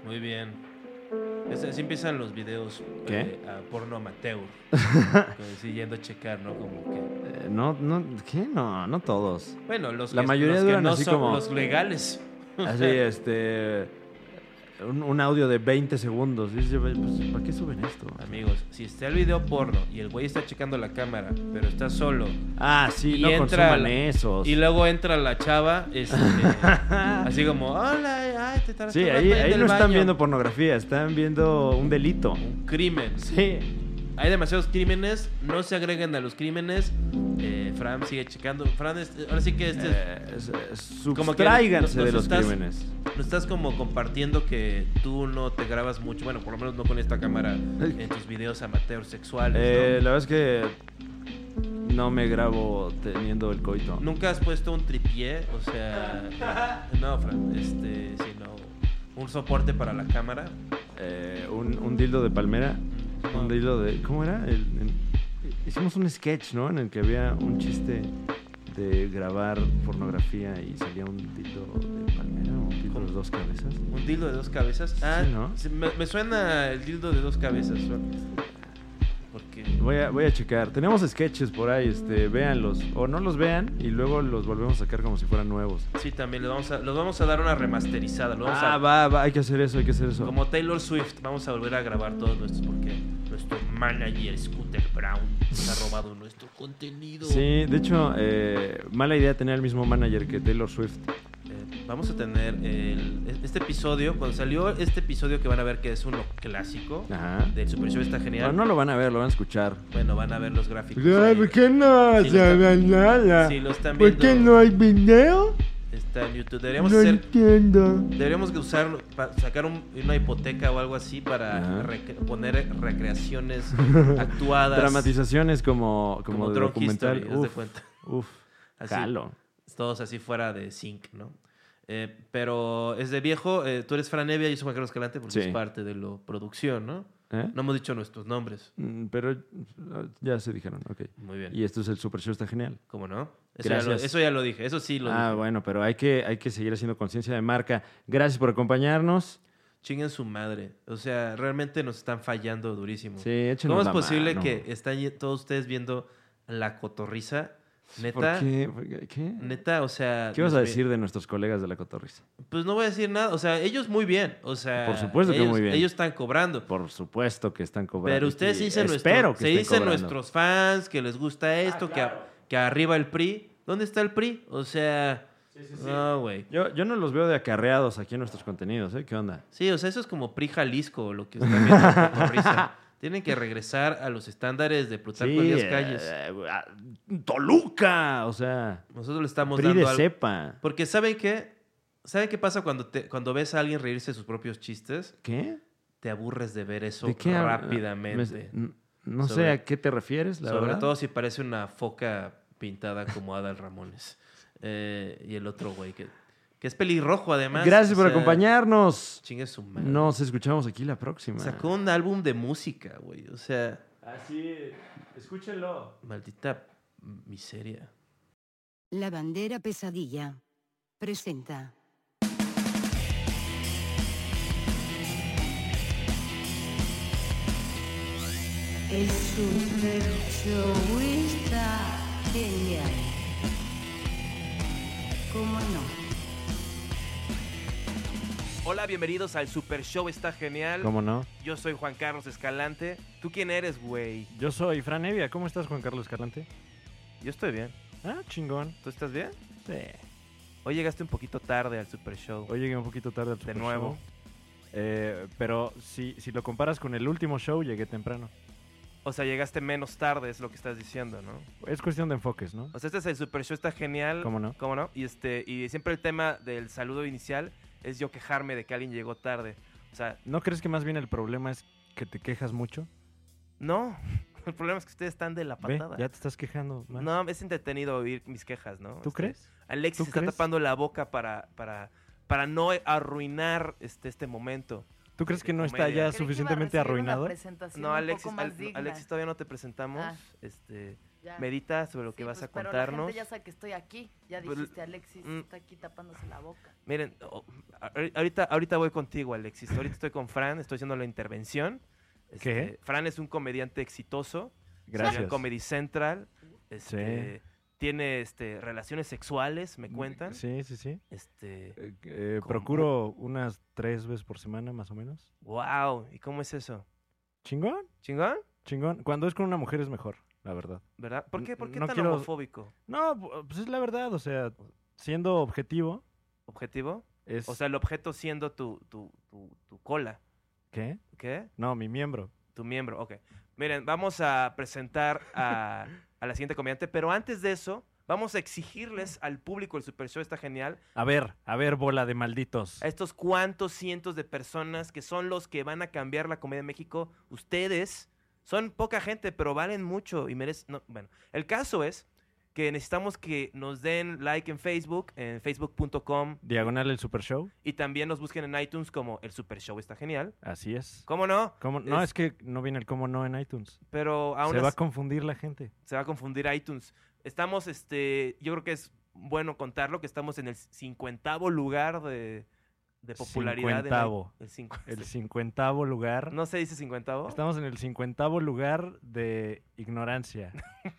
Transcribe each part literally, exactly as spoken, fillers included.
Muy bien. Es, así empiezan los videos. ¿Qué? Eh, a porno amateur. Sí, yendo a checar, ¿no? Como que... Eh, no, no, ¿qué? No, no todos. Bueno, los La que, mayoría los que duran no así son como- los legales. Así, este... Un, un audio de veinte segundos. Dices, pues, ¿para qué suben esto? Amigos, si está el video porno y el güey está checando la cámara, pero está solo, Ah, sí, y no entra consuman la- esos. y luego entra la chava, este, así como, hola, ay, te estás Sí, tomando ahí, en ahí el no están baño". viendo pornografía, están viendo un delito. Un crimen. Sí. Hay demasiados crímenes, no se agreguen a los crímenes. Eh, Fran sigue checando. Fran, es- ahora sí que este es- Eh, es- es- Como que subtráiganse nos- de nos los estás- crímenes. nos estás como compartiendo que tú no te grabas mucho, bueno, por lo menos no con esta cámara, en tus videos amateur sexuales, Eh, ¿no? La verdad es que no me grabo teniendo el coito. Nunca has puesto un tripié, o sea, eh, no, Fran, este, sino un soporte para la cámara. Eh, un, un dildo de palmera. No. Un dildo de... ¿Cómo era? El- en- hicimos un sketch, ¿no? En el que había un chiste de grabar pornografía y salía un dildo de palmera o un dildo ¿Cómo? de dos cabezas. Un dildo de dos cabezas. Ah, Sí, ¿no? sí, me, me suena el dildo de dos cabezas. su- Porque Voy a, voy a checar. Tenemos sketches por ahí, este, véanlos. O no los vean y luego los volvemos a sacar como si fueran nuevos. sí, también les vamos a, los vamos a dar una remasterizada. Lo vamos Ah, a, va, va, hay que hacer eso, hay que hacer eso. como Taylor Swift, vamos a volver a grabar todos nuestros porque nuestro manager Scooter Brown nos ha robado nuestro contenido. Sí, de hecho, eh, mala idea tener el mismo manager que Taylor Swift. Eh, vamos a tener el, este episodio, cuando salió este episodio que van a ver que es uno clásico Ajá. del Super Show, está genial. Bueno, no lo van a ver, lo van a escuchar. Bueno, van a ver los gráficos. Ay, ahí. ¿por qué no Sí, se lo están- ve nada? Si lo están ¿Por viendo, qué no hay video? está en YouTube. Deberíamos No hacer, entiendo. deberíamos que usar, pa- sacar un- una hipoteca o algo así para Ajá. recre- poner recreaciones actuadas. Dramatizaciones como, como, como de Drunk documental. History, haz de Uf, cuenta. uf, Así. jalo. Todos así fuera de sync, ¿no? Eh, pero es de viejo, eh, tú eres Fran Evia y yo soy Juan Carlos Escalante porque Sí. es parte de la producción, ¿no? ¿Eh? No hemos dicho nuestros nombres. Mm, Pero uh, ya se dijeron, ok. Muy bien. Y esto es el Super Show, está genial. ¿Cómo no? Eso ya, lo, Gracias. eso ya lo dije, eso sí lo Ah, dije. bueno, pero hay que, hay que seguir haciendo conciencia de marca. Gracias por acompañarnos. Chinguen su madre. O sea, realmente nos están fallando durísimo. Sí, échenos ¿Cómo es la posible mano. que están y- todos ustedes viendo La Cotorrisa? Neta, ¿Por qué? ¿Por qué? ¿Qué? neta, o sea... ¿Qué vas a Dios mío. decir de nuestros colegas de la cotorrisa? Pues no voy a decir nada. O sea, ellos muy bien. O sea, Por supuesto que ellos, muy bien. ellos están cobrando. Por supuesto que están cobrando. Pero ustedes se Y dicen, espero nuestro- que se estén dicen cobrando. nuestros fans que les gusta esto, que, a- que arriba el P R I. ¿Dónde está el P R I? O sea, no, güey. Yo, yo no los veo de acarreados aquí en nuestros contenidos, ¿eh? ¿Qué onda? Sí, o sea, eso es como P R I Jalisco, lo que están viendo en la Cotorrisa. Tienen que regresar a los estándares de Plutarco Elías eh, Calles. eh, ah, Toluca, o sea, Nosotros le estamos P R I dando de algo. cepa. Porque ¿saben qué? ¿Saben qué pasa cuando, te, cuando ves a alguien reírse de sus propios chistes? ¿Qué? Te aburres de ver eso ¿De qué habla? rápidamente. Me- no Sobre- sé a qué te refieres, la Sobre verdad. todo si parece una foca pintada como Adal Ramones. Eh, y el otro güey que, que es pelirrojo además. Gracias o por sea, acompañarnos. Chingue su madre. Nos escuchamos aquí la próxima. Sacó un álbum de música, güey. O sea, Así, escúchenlo. maldita miseria. La bandera pesadilla presenta. El super show está genial. ¿Cómo no? Hola, bienvenidos al Super Show, está genial. ¿Cómo no? Yo soy Juan Carlos Escalante. ¿Tú quién eres, güey? Yo soy Fran Evia. ¿Cómo estás, Juan Carlos Escalante? Yo estoy bien. Ah, chingón. ¿Tú estás bien? Sí. Hoy llegaste un poquito tarde al Super Show. Hoy llegué un poquito tarde al De Super nuevo. Show. Eh, pero si, si lo comparas con el último show, llegué temprano. O sea, llegaste menos tarde, es lo que estás diciendo, ¿no? Es cuestión de enfoques, ¿no? O sea, este es el Super Show, está genial. ¿Cómo no? ¿Cómo no? Y, este, y siempre el tema del saludo inicial es yo quejarme de que alguien llegó tarde. O sea, ¿No crees que más bien el problema es que te quejas mucho? no. El problema es que ustedes están de la Ve, patada. ya te estás quejando más. No, es entretenido oír mis quejas, ¿no? ¿Tú Este, crees? Alexis ¿Tú está crees? tapando la boca para, para, para no arruinar este, este momento. ¿Tú crees que no está comedia. ya suficientemente arruinado? No, Alexis, Al- Alexis, todavía no te presentamos. Ah. Este, Ya. medita sobre lo Sí, que vas pues, a pero contarnos. la gente ya sabe que estoy aquí. Ya Pues, dijiste, Alexis mm. está aquí tapándose la boca. Miren, oh, a- ahorita, ahorita voy contigo, Alexis. Ahorita estoy con Fran, estoy haciendo la intervención. ¿Qué? Este, Fran es un comediante exitoso. Gracias. Salió en Comedy Central. Este, Tiene este, relaciones sexuales, me cuentan. Sí, sí, sí. Este, Eh, eh, ¿Cómo? procuro unas tres veces por semana, más o menos. wow, ¿y cómo es eso? ¿Chingón? ¿Chingón? Chingón. Cuando es con una mujer es mejor, la verdad. ¿Verdad? ¿Por qué, por qué No tan quiero- homofóbico? No, pu- pues es la verdad, o sea, siendo objetivo, ¿Objetivo? es... O sea, el objeto siendo tu, tu, tu, tu cola. ¿Qué? ¿Qué? No, mi miembro. Tu miembro, ok. Miren, vamos a presentar a, a la siguiente comediante, pero antes de eso, vamos a exigirles al público, el Super Show está genial, A ver, a ver, bola de malditos. a estos cuantos cientos de personas que son los que van a cambiar la comedia en México, ustedes son poca gente, pero valen mucho y merecen... No, bueno, el caso es que necesitamos que nos den like en Facebook, en facebook punto com, Diagonal el Super Show. y también nos busquen en iTunes como el Super Show está genial. Así es. ¿Cómo no? ¿Cómo? No, Es- es que no viene el cómo no en iTunes. Pero aún Se va a así- confundir la gente. se va a confundir iTunes. Estamos, este, yo creo que es bueno contarlo, que estamos en el cincuentavo lugar de, de popularidad. en Cincuentavo. i- el cincu- El cincuentavo lugar. ¿No se dice cincuentavo? Estamos en el cincuentavo lugar de ignorancia.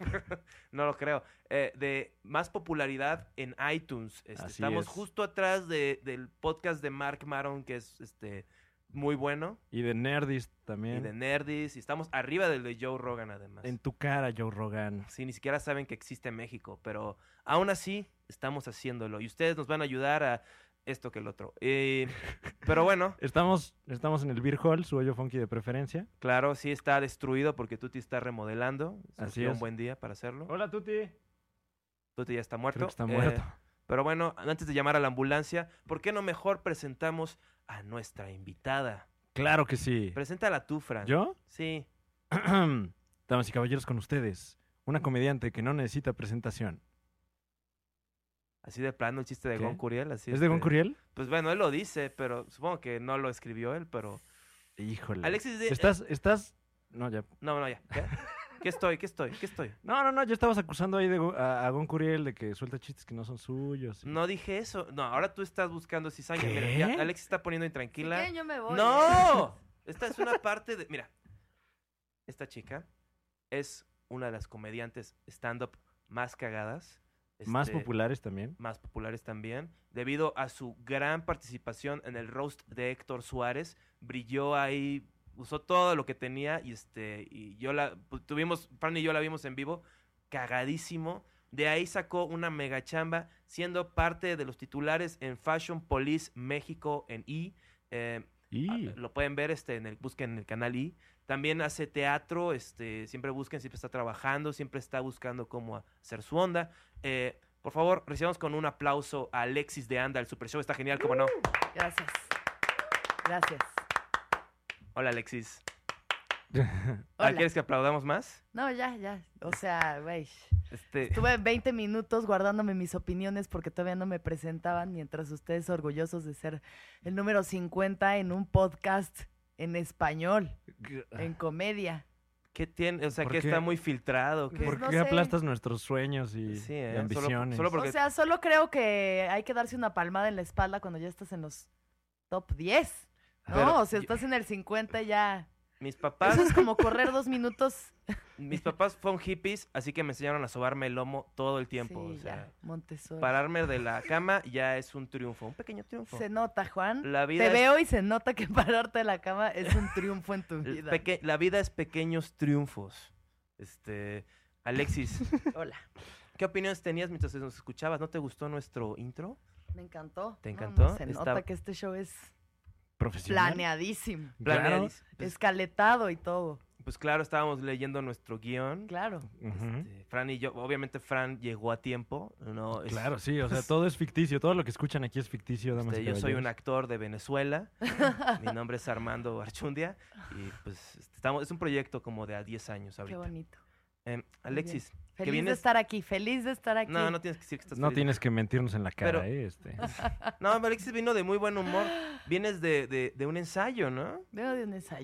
No lo creo. Eh, de más popularidad en iTunes. Este, Así estamos es. justo atrás de, del podcast de Mark Maron, que es este muy bueno. Y de Nerdist también. Y de Nerdis. Y estamos arriba del de Joe Rogan, además. En tu cara, Joe Rogan. Sí, ni siquiera saben que existe México, pero aún así estamos haciéndolo. Y ustedes nos van a ayudar a esto que el otro. Eh, pero bueno, Estamos, estamos en el Beer Hall, su hoyo funky de preferencia. claro, sí está destruido porque Tuti está remodelando. Así Surgió es. un buen día para hacerlo. Hola, Tuti. Tuti ya está muerto. Creo que está Eh, muerto. pero bueno, antes de llamar a la ambulancia, ¿por qué no mejor presentamos a nuestra invitada? Claro que sí. Preséntala tú, Fran. ¿Yo? Sí. Damas y caballeros, con ustedes, una comediante que no necesita presentación. Así de plano el chiste de ¿Qué? Gon Curiel. Así ¿Es de Gon este- Curiel? Pues bueno, él lo dice, pero supongo que no lo escribió él, pero... Híjole. Alexis de... ¿Estás, estás... No, ya. No, no, ya. ¿Qué? ¿Qué estoy? ¿Qué estoy? ¿Qué estoy? No, no, no, ya estabas acusando ahí de, Go- a, a Gon Curiel de que suelta chistes que no son suyos. y- No dije eso. No, ahora tú estás buscando cizaña. ¿Qué? Mira, ya Alex está poniendo Si intranquila. quieren, yo me voy. ¿eh? ¡No! Esta es una parte de... Mira, esta chica es una de las comediantes stand-up más cagadas. Más este, populares también. Más populares también. Debido a su gran participación en el roast de Héctor Suárez. Brilló ahí, usó todo lo que tenía y este... Y yo la... pues, tuvimos... Fran y yo la vimos en vivo. Cagadísimo. De ahí sacó una mega chamba siendo parte de los titulares en Fashion Police México en E! Eh, Y... Ah, lo pueden ver, este, en el, busquen en el canal I. También hace teatro, este, siempre busquen, siempre está trabajando, siempre está buscando cómo hacer su onda. Eh, por favor, recibamos con un aplauso a Alexis de Anda, el Super Show está genial, ¿cómo no? Gracias. Gracias. Hola, Alexis. Hola. Ah, ¿quieres que aplaudamos más? No, ya, ya. O sea, güey. Este, Estuve veinte minutos guardándome mis opiniones porque todavía no me presentaban, mientras ustedes orgullosos de ser el número cincuenta en un podcast en español, en comedia. ¿qué tiene? O sea, ¿Por que qué? está muy filtrado. ¿qué? ¿Por no qué sé. aplastas nuestros sueños y, Sí, y eh, solo- ambiciones? solo porque- O sea, solo creo que hay que darse una palmada en la espalda cuando ya estás en los top diez. ¿No? Pero- o sea, estás en el cincuenta ya. Mis papás, Eso es como correr dos minutos. mis papás fueron hippies, así que me enseñaron a sobarme el lomo todo el tiempo. Sí, o sea, ya, Montessori. pararme de la cama ya es un triunfo, un pequeño triunfo. Se nota, Juan. La vida Te es- veo y se nota que pararte de la cama es un triunfo en tu El vida. peque- la vida es pequeños triunfos. Este, Alexis, Hola. ¿qué opiniones tenías mientras nos escuchabas? ¿No te gustó nuestro intro? Me encantó. ¿Te No, encantó? no, se Está- nota que este show es ¿Profesional? planeadísimo, Claro. Planeadis- Pues, escaletado y todo. pues claro, estábamos leyendo nuestro guión. Claro. Ujú. Este, Fran y yo, obviamente Fran llegó a tiempo. No, Es- Claro, sí, o sea, todo es ficticio. Todo lo que escuchan aquí es ficticio, damas este, y yo soy un caballeros. actor de Venezuela. Mi nombre es Armando Archundia. Y pues este, estamos, es un proyecto como de a diez años Qué ahorita. bonito. Em, Alexis, que Feliz de vienes... estar aquí, feliz de estar aquí. No, no tienes que decir que estás No feliz. tienes que mentirnos en la cara, Pero- ¿eh? Este. No, Alexis vino de muy buen humor. Vienes de, de, de un ensayo, ¿no? Vengo de un ensayo.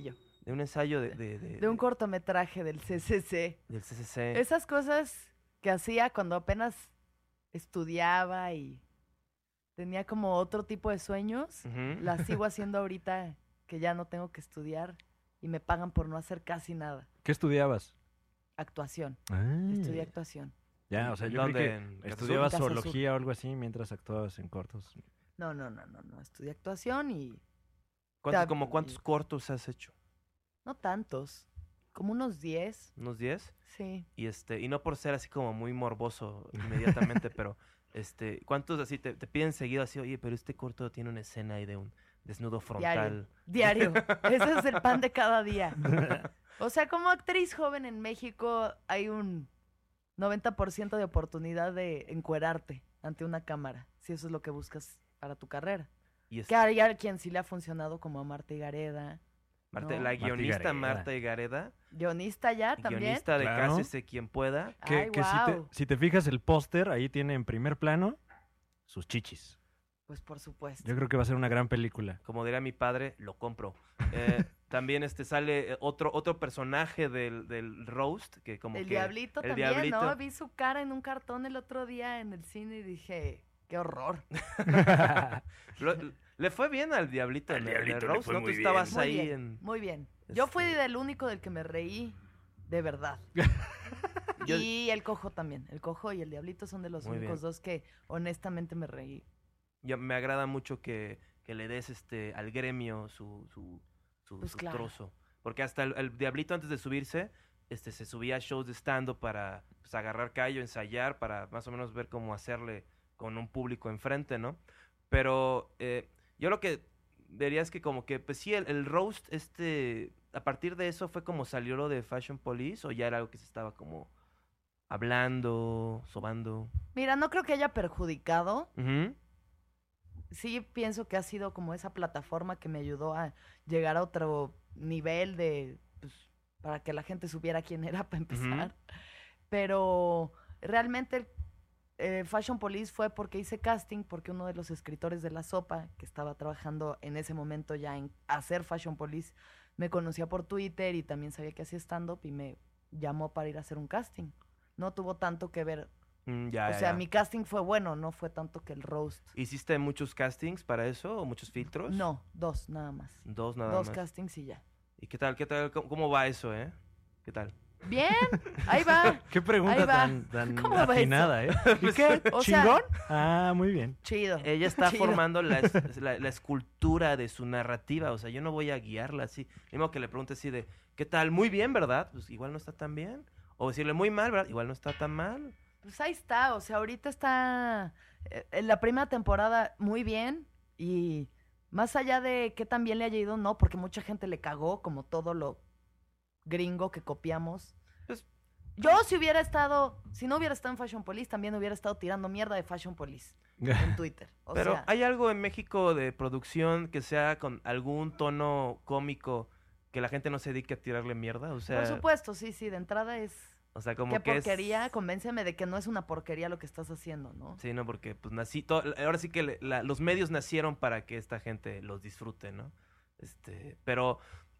de un ensayo de, de, de, De un cortometraje del C C C. del C C C. Esas cosas que hacía cuando apenas estudiaba y tenía como otro tipo de sueños, Ujú. las sigo haciendo ahorita que ya no tengo que estudiar y me pagan por no hacer casi nada. ¿Qué estudiabas? Actuación. Ah, Estudié actuación. ya, o sea, yo ¿Dónde? creo ¿En que Casa estudiabas Sur? Casa zoología o algo así mientras actuabas en cortos. No, no, no, no, no. Estudié actuación y ¿Cuántos, Ta- como cuántos cortos has hecho? no tantos. Como unos diez. ¿Unos diez? Sí. Y este, y no por ser así como muy morboso inmediatamente, pero este, ¿cuántos así te, te piden seguido así, oye, pero este corto tiene una escena ahí de un desnudo frontal? Diario. Ese es el pan de cada día. O sea, como actriz joven en México hay un noventa por ciento de oportunidad de encuerarte ante una cámara, si eso es lo que buscas para tu carrera. Y es Que hay a quien sí le ha funcionado como a Marta Higareda, Marta- no. la Marta guionista Higareda. Marta Higareda, guionista ya también. guionista de Claro. Cásese quien pueda. Que, Ay, que si, te, guau. si te fijas el póster, ahí tiene en primer plano sus chichis. Pues por supuesto. Yo creo que va a ser una gran película. Como diría mi padre, lo compro. Eh, también este sale eh, otro otro personaje del, del roast que como el que diablito el también, diablito. ¿no? Vi su cara en un cartón el otro día en el cine y dije, qué horror. Lo- le fue bien al diablito en Al el, en el diablito le roast, fue ¿no? Tú muy bien. estabas Muy ahí bien, en muy bien. Yo fui este- del único del que me reí de verdad. Yo- Y el cojo también. El cojo y el diablito son de los Muy únicos bien. dos que honestamente me reí. yo- me agrada mucho que, que le des este al gremio su, su, su, Pues su claro. trozo. Porque hasta el, el diablito antes de subirse, este se subía a shows de stand-up para pues, agarrar callo, ensayar, para más o menos ver cómo hacerle con un público enfrente, ¿no? Pero eh, yo lo que diría es que como que, pues sí, el, el roast, este, a partir de eso fue como salió lo de Fashion Police, o ya era algo que se estaba como hablando, sobando. Mira, no creo que haya perjudicado. Ujú. Sí pienso que ha sido como esa plataforma que me ayudó a llegar a otro nivel de, pues, para que la gente supiera quién era para empezar. Pero realmente el eh, Fashion Police fue porque hice casting, porque uno de los escritores de La Sopa, que estaba trabajando en ese momento ya en hacer Fashion Police, me conocía por Twitter y también sabía que hacía stand-up y me llamó para ir a hacer un casting. No tuvo tanto que ver. Mm, ya, o ya, sea, ya. mi casting fue bueno, no fue tanto que el roast. ¿Hiciste muchos castings para eso o muchos filtros? No, dos nada más. Dos nada Dos más. castings y ya. ¿Y qué tal? ¿Qué tal? ¿Cómo, cómo va eso, eh? ¿Qué tal? Bien, ahí va. Qué pregunta Ahí va. tan, tan ¿Cómo va afinada, ¿eh? ¿Y qué? O sea- ¿Chingón? Ah, muy bien. Chido. Ella está chido. formando la, es- la, la escultura de su narrativa, o sea, yo no voy a guiarla así. Mismo que le pregunte así de, ¿qué tal? Muy bien, ¿verdad? Pues igual no está tan bien. O decirle muy mal, ¿verdad? Igual no está tan mal. Pues ahí está, o sea, ahorita está eh, en la primera temporada muy bien y más allá de qué tan bien le haya ido, no, porque mucha gente le cagó, como todo lo gringo que copiamos. Pues- Yo si hubiera estado, si no hubiera estado en Fashion Police, también hubiera estado tirando mierda de Fashion Police en Twitter. O Pero sea, ¿hay algo en México de producción que sea con algún tono cómico que la gente no se dedique a tirarle mierda? O sea, por supuesto, sí, sí, de entrada es, o sea como qué que es- porquería, convénceme de que no es una porquería lo que estás haciendo, ¿no? Sí, no, porque pues nací, to- ahora sí que le- la- los medios nacieron para que esta gente los disfrute, ¿no? Este, pero,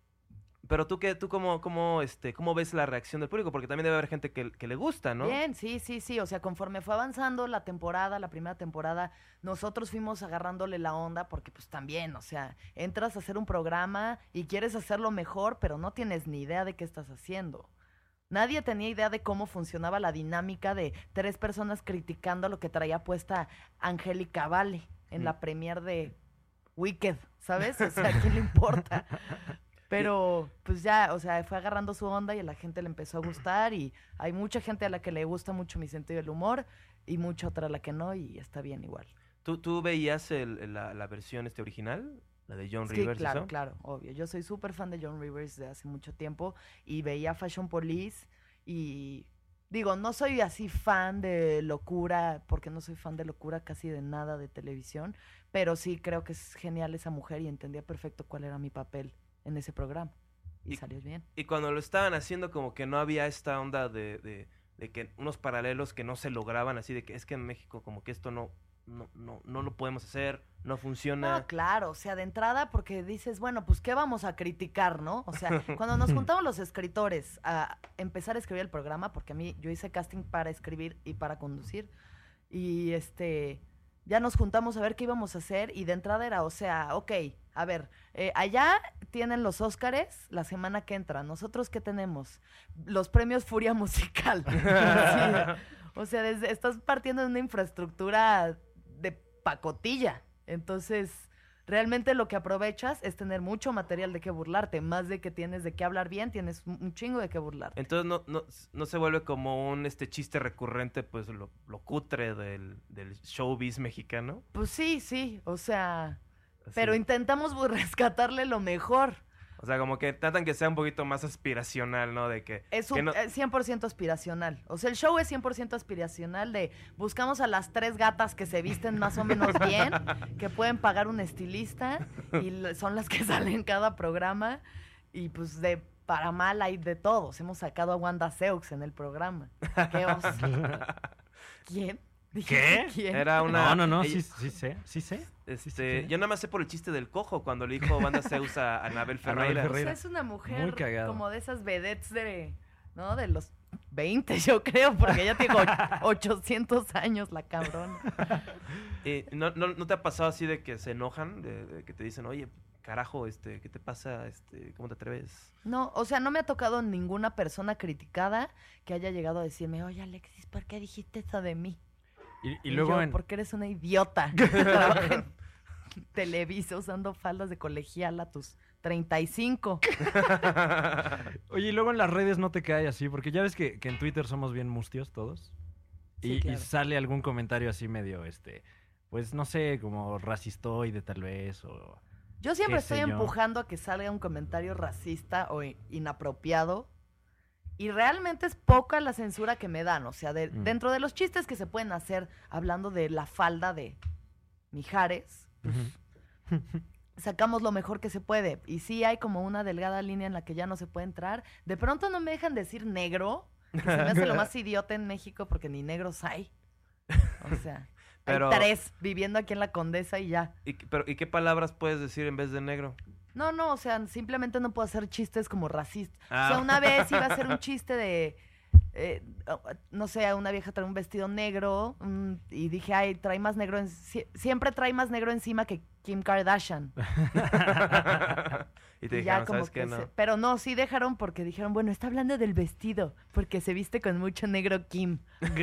pero tú qué, tú cómo, cómo, este, cómo ves la reacción del público, porque también debe haber gente que, que le gusta, ¿no? Bien, sí, sí, sí. O sea, conforme fue avanzando la temporada, la primera temporada, nosotros fuimos agarrándole la onda porque pues también, o sea, entras a hacer un programa y quieres hacerlo mejor, pero no tienes ni idea de qué estás haciendo. Nadie tenía idea de cómo funcionaba la dinámica de tres personas criticando lo que traía puesta Angélica Vale en Mm. la premier de Wicked, ¿sabes? O sea, ¿a quién le importa? Pero, pues ya, o sea, fue agarrando su onda y a la gente le empezó a gustar y hay mucha gente a la que le gusta mucho mi sentido del humor y mucha otra a la que no y está bien igual. ¿Tú, tú veías el- el- la, la versión este original? La de John Sí, Rivers, claro, ¿eso? claro, obvio. Yo soy súper fan de John Rivers de hace mucho tiempo y veía Fashion Police y digo, no soy así fan de Locura, porque no soy fan de Locura casi de nada de televisión, pero sí creo que es genial esa mujer y entendía perfecto cuál era mi papel en ese programa y, Y- salió bien. Y cuando lo estaban haciendo como que no había esta onda de, de, de que unos paralelos que no se lograban, así de que es que en México como que esto no, no, no, no lo podemos hacer, no funciona. No, claro, o sea, de entrada porque dices, bueno, pues ¿qué vamos a criticar, no? O sea, cuando nos juntamos los escritores a empezar a escribir el programa, porque a mí yo hice casting para escribir y para conducir, y este, ya nos juntamos a ver qué íbamos a hacer, y de entrada era, o sea, ok, a ver, eh, allá tienen los Óscares la semana que entra, ¿nosotros qué tenemos? Los premios Furia Musical. Sí, o sea, desde, estás partiendo de una infraestructura de pacotilla. Entonces, realmente lo que aprovechas es tener mucho material de qué burlarte, más de que tienes de qué hablar bien, tienes un, un chingo de qué burlarte. Entonces no, no, no se vuelve como un este chiste recurrente, pues lo, lo cutre del, del showbiz mexicano. Pues sí, sí, o sea, Así. pero intentamos bu- rescatarle lo mejor. O sea, como que tratan que sea un poquito más aspiracional, ¿no? De que... Es que un, no- es cien por ciento aspiracional. O sea, el show es cien por ciento aspiracional de buscamos a las tres gatas que se visten más o menos bien, que pueden pagar un estilista y l- son las que salen en cada programa. Y pues de para mal hay de todos. Hemos sacado a Wanda Seux en el programa. ¿Qué oso? ¿Quién? ¿Qué? ¿Quién? Era una... No, no, no, ella- sí, sí sé, sí sé. Este, sí. yo nada más sé por el chiste del cojo cuando le dijo Banda Zeus a Anabel Ferreira. O sea, Ferreira. es una Muy mujer cagado. como de esas vedettes de, ¿no? De los veinte, yo creo, porque ella tiene och- ochocientos años, la cabrona. Eh, ¿no, no, ¿No te ha pasado así de que se enojan? De, de que te dicen, oye, carajo, este, ¿qué te pasa? Este, ¿cómo te atreves? No, o sea, no me ha tocado ninguna persona criticada que haya llegado a decirme, oye, Alexis, ¿por qué dijiste eso de mí? Y, y Y luego yo, en... porque eres una idiota que trabaja en Televisa usando faldas de colegial a tus treinta y cinco. Oye, y luego en las redes no te cae así, porque ya ves que, que en Twitter somos bien mustios todos. Sí, y, claro. y sale algún comentario así medio, este, pues no sé, como racistoide tal vez, o... Yo siempre qué sé estoy yo. empujando a que salga un comentario racista o i- inapropiado. Y realmente es poca la censura que me dan. O sea, de- Mm. dentro de los chistes que se pueden hacer hablando de la falda de Mijares, Ujú. sacamos lo mejor que se puede. Y sí hay como una delgada línea en la que ya no se puede entrar. De pronto no me dejan decir negro, que se me hace lo más idiota en México porque ni negros hay. O sea, Pero- hay tres viviendo aquí en la Condesa y ya. ¿Y, qué- pero, ¿Y qué palabras puedes decir en vez de negro? No, no, o sea, simplemente no puedo hacer chistes como racistas. O Ah. sea, una vez iba a hacer un chiste de, eh, no sé, una vieja trae un vestido negro mm, y dije, ay, trae más negro, en- sie- siempre trae más negro encima que Kim Kardashian. y te Y dijeron, ya como ¿sabes qué? que No. se- pero no, sí dejaron porque dijeron, bueno, está hablando del vestido, porque se viste con mucho negro Kim.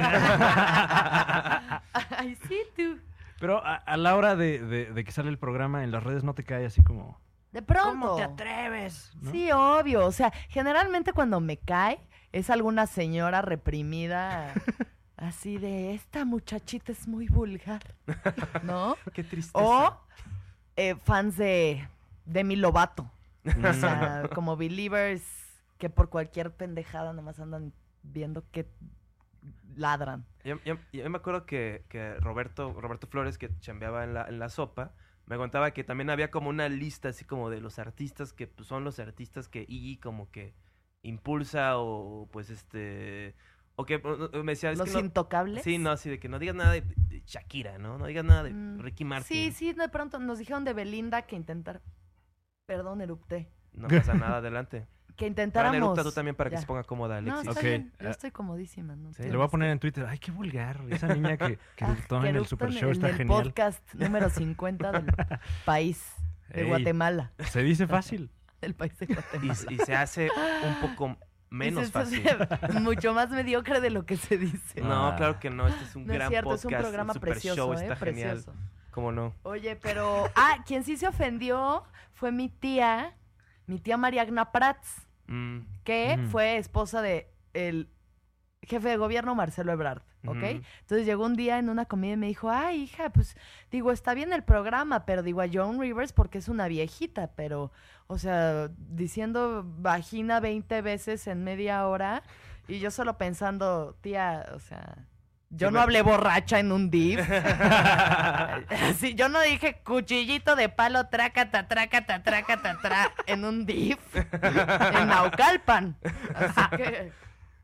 Ay, sí, tú. Pero a, a la hora de, de- de que sale el programa en las redes no te cae así como... De pronto. ¿Cómo te atreves? ¿no? Sí, obvio. O sea, generalmente cuando me cae es alguna señora reprimida, así de, esta muchachita es muy vulgar, ¿no? Qué tristeza. O eh, fans de Demi Lovato. O sea, como believers que por cualquier pendejada nomás andan viendo que ladran. Yo, yo- yo me acuerdo que, que Roberto, Roberto Flores, que chambeaba en la, en la sopa, me contaba que también había como una lista así como de los artistas que pues, son los artistas que I como que impulsa o pues este... O que o- me decía, es Los que no- intocables. Sí, no, así de que no digas nada de, de Shakira, ¿no? No digas nada de Mm, Ricky Martin. Sí, sí, de pronto nos dijeron de Belinda que intentar... Perdón, erupté. No pasa nada, adelante. Que Fran, intentáramos... eructa tú también para que Ya. se ponga cómoda, No, Alexis. está Ok, bien. Yo ah. estoy comodísima. No Sí. Le voy a poner en Twitter, ay, qué vulgar, esa niña que, que Ah, eructó que en el erupta Super en- Show en está el genial. podcast número cincuenta del país de Ey. Guatemala. Se dice fácil. Del país de Y, Guatemala. y se hace un poco menos Y se- fácil. se- mucho más mediocre de lo que se dice. No, Ah. claro que no. Este es un No es gran cierto, podcast. es un programa el Super precioso, Show ¿eh? está genial. Precioso. ¿Cómo no? Oye, pero... Ah, quien sí se ofendió fue mi tía, mi tía Mariagna Prats, Mm, que Ujú. fue esposa de el jefe de gobierno Marcelo Ebrard, ¿ok? Ujú. Entonces llegó un día en una comida y me dijo, ay, hija, pues, digo, está bien el programa, pero digo a Joan Rivers porque es una viejita, pero, o sea, diciendo vagina veinte veces en media hora y yo solo pensando, tía, o sea... Yo Sí, no me- hablé borracha en un div. Sí, yo no dije cuchillito de palo, trácata, trácata, trácata, tra, en un div. En Naucalpan. Así que,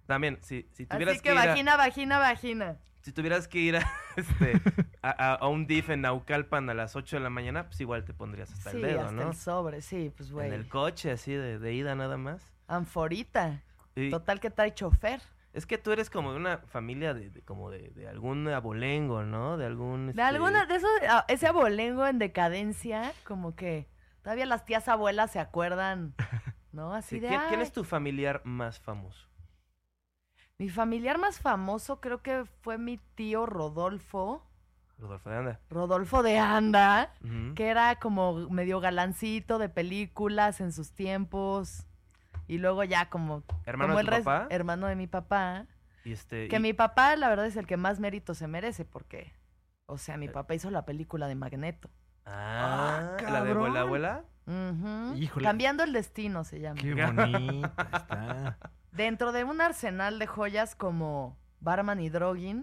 También, si, si tuvieras Así que, que, ir a- vagina, vagina, vagina. si tuvieras que ir a, este, a, a- a un D I F en Naucalpan a las ocho de la mañana, pues igual te pondrías hasta Sí, el dedo, hasta ¿no? el sobre, sí, pues En el güey. coche, así, de, de ida nada más. Anforita. Y Total que trae chofer. es que tú eres como de una familia de, de- como de, de algún abolengo, ¿no? De algún... De este, alguna de esos, ah, ese abolengo en decadencia, como que todavía las tías abuelas se acuerdan, ¿no? Así sí, de, ¿quién, quién "Ay". es tu familiar más famoso? Mi familiar más famoso creo que fue mi tío Rodolfo, Rodolfo de Anda. Rodolfo de Anda, Ujú. que era como medio galancito de películas en sus tiempos. Y luego ya como, ¿Hermano como de el tu res- papá? hermano de mi papá. Y este, Que y- mi papá, la verdad, es el que más mérito se merece porque, o sea, Eh. mi papá hizo la película de Magneto. Ah, Ah, ¿la de abuela, cabrón. abuela? Ujú. Híjole. Cambiando el destino se llama. Qué bonita está. Dentro de un arsenal de joyas como Barman y Drogin,